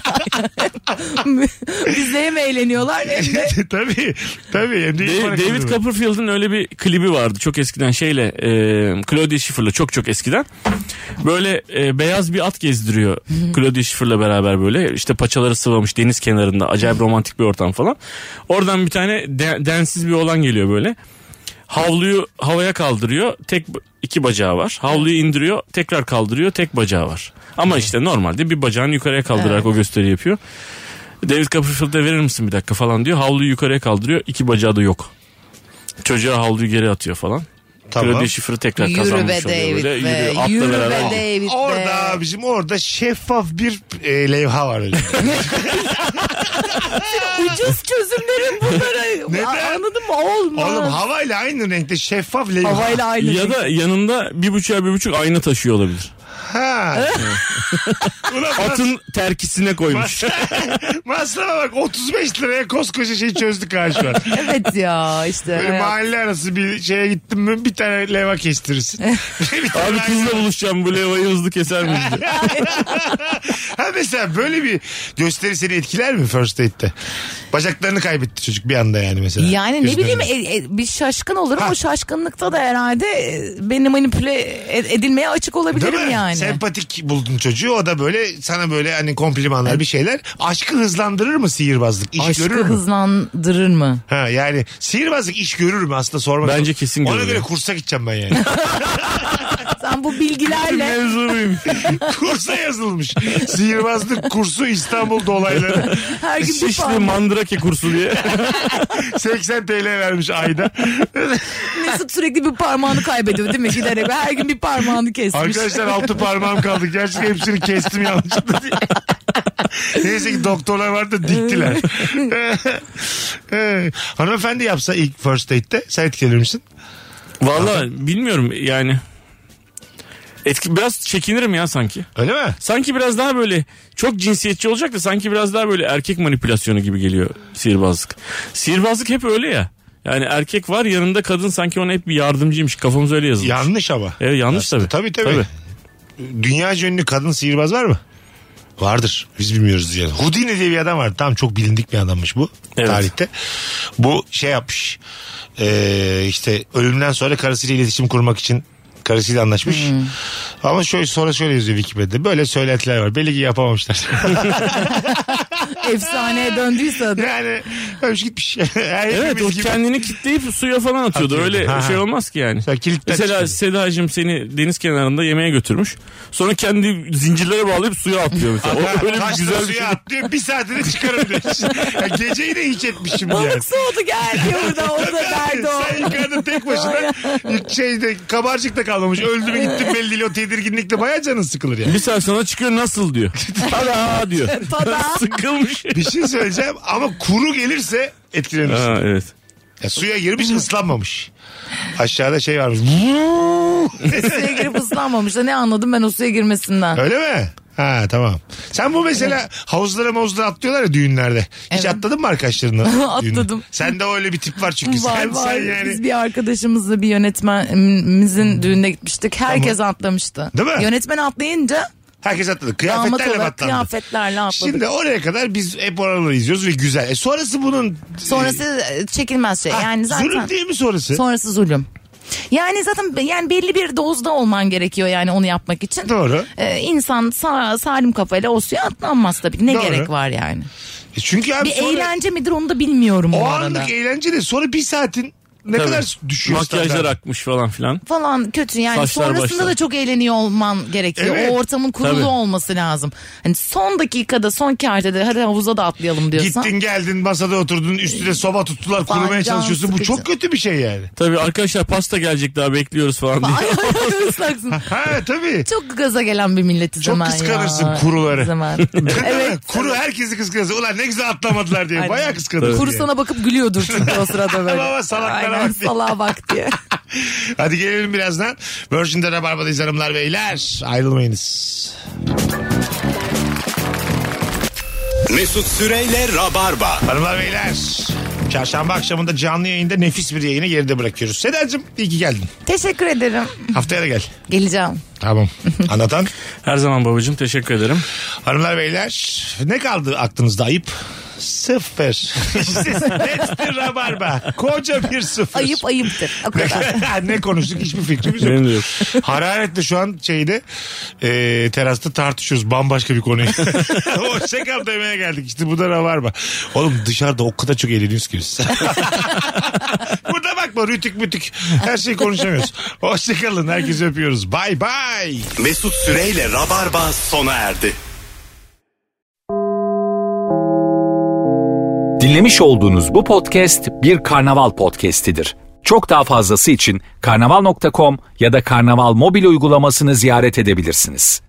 Bizde hem eğleniyorlar hem de. tabii. Hem de iyi para David kazanıyor. Copperfield'ın öyle bir klibi vardı çok eskiden Claudia Schiffer'la çok eskiden. Böyle beyaz bir at gezdiriyor Claudia Schiffer'la beraber böyle işte paçaları sıvamış deniz kenarında acayip romantik bir ortam falan. Oradan bir tane densiz bir oğlan geliyor böyle. Havluyu havaya kaldırıyor. İki bacağı var. Havluyu indiriyor. Tekrar kaldırıyor. Tek bacağı var. Ama işte normalde bir bacağını yukarıya kaldırarak o gösteri yapıyor. David Copperfield'e verir misin bir dakika falan diyor. Havluyu yukarıya kaldırıyor. İki bacağı da yok. Çocuğa havluyu geri atıyor falan. Tamam. Claudia Schiffer'ı tekrar Yürü kazanmış be oluyor David böyle. be. Atla Yürü be beraber. David Orada be. bizim orada şeffaf bir levha var öyle. Ucuz çözümlerin bunları. Neden? Anladın mı? Olmaz. Oğlum havayla aynı renkte şeffaf levha. Havayla aynı. Ya da yanında 1,5'a 1,5 ayna taşıyor olabilir. Ha. Ulan Atın terkisine koymuş. masrafa bak 35 liraya koskoca şeyi çözdük ha şu an. Evet ya işte. Böyle hayat. mahalle arası bir şeye gittim mi bir tane leva kestirirsin. Bir tane Abi kızla buluşacağım bu levayı hızlı keser miyiz diye. Ha mesela böyle bir gösteri seni etkiler mi first date'te? Bacaklarını kaybetti çocuk bir anda yani mesela. Yani ne Gözünün bileyim önünde. bir şaşkın olurum. Ha. O şaşkınlıkta da herhalde beni manipüle edilmeye açık Değil olabilirim mi? yani. Sempatik buldun çocuğu o da böyle sana böyle hani komplimanlar bir şeyler. Aşkı hızlandırır mı sihirbazlık? İş Aşkı görür mü? hızlandırır mı? Ha yani sihirbazlık iş görür mü aslında sormak. Bence kesin Ona görür göre ya. kursa gideceğim ben yani. Sen bu bilgilerle Mevzuluyum. Kursa yazılmış. Sihirbazlık kursu İstanbul dolayları. her gün bir Şişli Mandrake kursu diye. 80 TL vermiş ayda. Mesut sürekli bir parmağını kaybediyor değil mi? Giderek her gün bir parmağını kesmiş. Arkadaşlar 6 parmağım kaldı. Gerçekten hepsini kestim yanlışlıkla diye. Neyse ki doktorlar vardı da diktiler. Hanımefendi yapsa ilk first date'te sen etkilenir misin? Valla bilmiyorum yani. Biraz çekinirim ya sanki. Öyle mi? Sanki biraz daha böyle çok cinsiyetçi olacak da sanki biraz daha böyle erkek manipülasyonu gibi geliyor sihirbazlık. Sihirbazlık hep öyle ya. Yani erkek var yanında kadın sanki ona hep bir yardımcıymış. Kafamız öyle yazılmış. Yanlış ama. Evet yanlış tabii. Tabii. Dünyaca ünlü kadın sihirbaz var mı? Vardır. Biz bilmiyoruz yani. Houdini diye bir adam vardı. Tamam çok bilindik bir adammış bu. Evet. Tarihte. Bu şey yapmış. İşte ölümden sonra karısıyla iletişim kurmak için karısıyla anlaşmış. Ama sonra şöyle yazıyor Wikipedia'da. Böyle söylentiler var. Belli ki yapamamışlar. Efsaneye döndüyse adı. Yani ölmüş gitmiş. Evet, o kendini kitleyip suya falan atıyordu. Öyle şey olmaz ki yani. Mesela Sedacığım seni deniz kenarında yemeğe götürmüş. Sonra kendi zincirlere bağlayıp suya atlıyor mesela. O öyle bir güzel bir şey. Suya atlıyor, bir saatinde çıkarım diyor. Yani geceyi de hiç etmişim yani. Balık soğudu gel diyor burada. O da derdi o. Sen yukarıda tek başına kabarcıkta kalmamış. Öldü mü gitti belli değil, o tedirginlikle bayağı canın sıkılır yani. Bir saat sonra çıkıyor, nasıl diyor. Tada diyor. Tada. Sıkılmış. Bir şey söyleyeceğim ama kuru gelirse etkilenirsin. Ha, evet. Ya suya girmiş, ıslanmamış. Aşağıda şey varmış. Suya girip ıslanmamış da ne anladım ben o suya girmesinden. Öyle mi? Ha tamam. Sen bu mesela havuzlara atlıyorlar ya düğünlerde. Hiç atladın mı arkadaşlarınla? Atladım. Sende öyle bir tip var çünkü. Var. Sen yani... Biz bir arkadaşımızla bir yönetmenimizin düğününe gitmiştik. Herkes atlamıştı. Değil mi? Yönetmen atlayınca herkes atladı. Kıyafetlerle atladı. Kıyafetlerle atladık. Şimdi oraya kadar biz hep oraları izliyoruz ve güzel. Sonrası bunun... Sonrası çekilmez şey. Yani zaten... Zulüm değil mi sonrası? Sonrası zulüm. Yani zaten yani belli bir dozda olman gerekiyor yani onu yapmak için. Doğru. İnsan salim kafayla o suya atlanmaz tabii. Ne gerek var yani? Çünkü abi bir eğlence midir onu da bilmiyorum o bu arada. O anlık eğlence de sonra bir saatin ne kadar düşüyor makyajlar standart. akmış falan filan. Falan kötü yani. Saçlar sonrasında da çok eğleniyor olman gerekiyor. Evet. O ortamın kurulu olması lazım. Hani son dakikada son kârtede hadi havuza da atlayalım diyorsan. Gittin geldin masada oturdun üstüne soba tuttular kurumaya çalışıyorsun. Bu çok kötü bir şey yani. Tabii arkadaşlar pasta gelecek daha bekliyoruz falan diye. Islaksın. Ha tabii. Çok gaza gelen bir milleti çok zaman ya. Çok kıskanırsın kuruları. Zaman. Evet. Kuru herkesi kıskanırsın. Ulan ne güzel atlamadılar diye. Bayağı kıskanırsın. Kuru sana bakıp gülüyordur çünkü o sırada böyle. Baba salaklara aynen, bak diye. salağa bak diye. Hadi gelelim birazdan. Virgin'de Rabarba'dayız hanımlar beyler. Ayrılmayınız. Mesut Süreyle Rabarba. Hanımlar beyler. Çarşamba akşamında canlı yayında nefis bir yayını geride bırakıyoruz. Sedacığım iyi ki geldin. Teşekkür ederim. Haftaya da gel. Geleceğim. Tamam. Anlatan? Her zaman babacığım, teşekkür ederim. Hanımlar beyler ne kaldı aklınızda ayıp? 0. İşte nettir Rabarba. Koca bir 0. Ayıp ayıptır. O kadar. Ne konuştuk hiçbir fikrimiz yok. Benim de yok. Hararetle şu an terasta tartışıyoruz bambaşka bir konuyu. Hoşçakal demeye geldik. İşte bu da Rabarba. Oğlum dışarıda o kadar çok eğleniyoruz ki biz. Burada bakma rütük mütük. Her şeyi konuşamıyoruz. Hoşçakalın. Herkese öpüyoruz. Bye bye. Mesut Süreyle Rabarba sona erdi. Dinlemiş olduğunuz bu podcast bir karnaval podcastidir. Çok daha fazlası için karnaval.com ya da karnaval mobil uygulamasını ziyaret edebilirsiniz.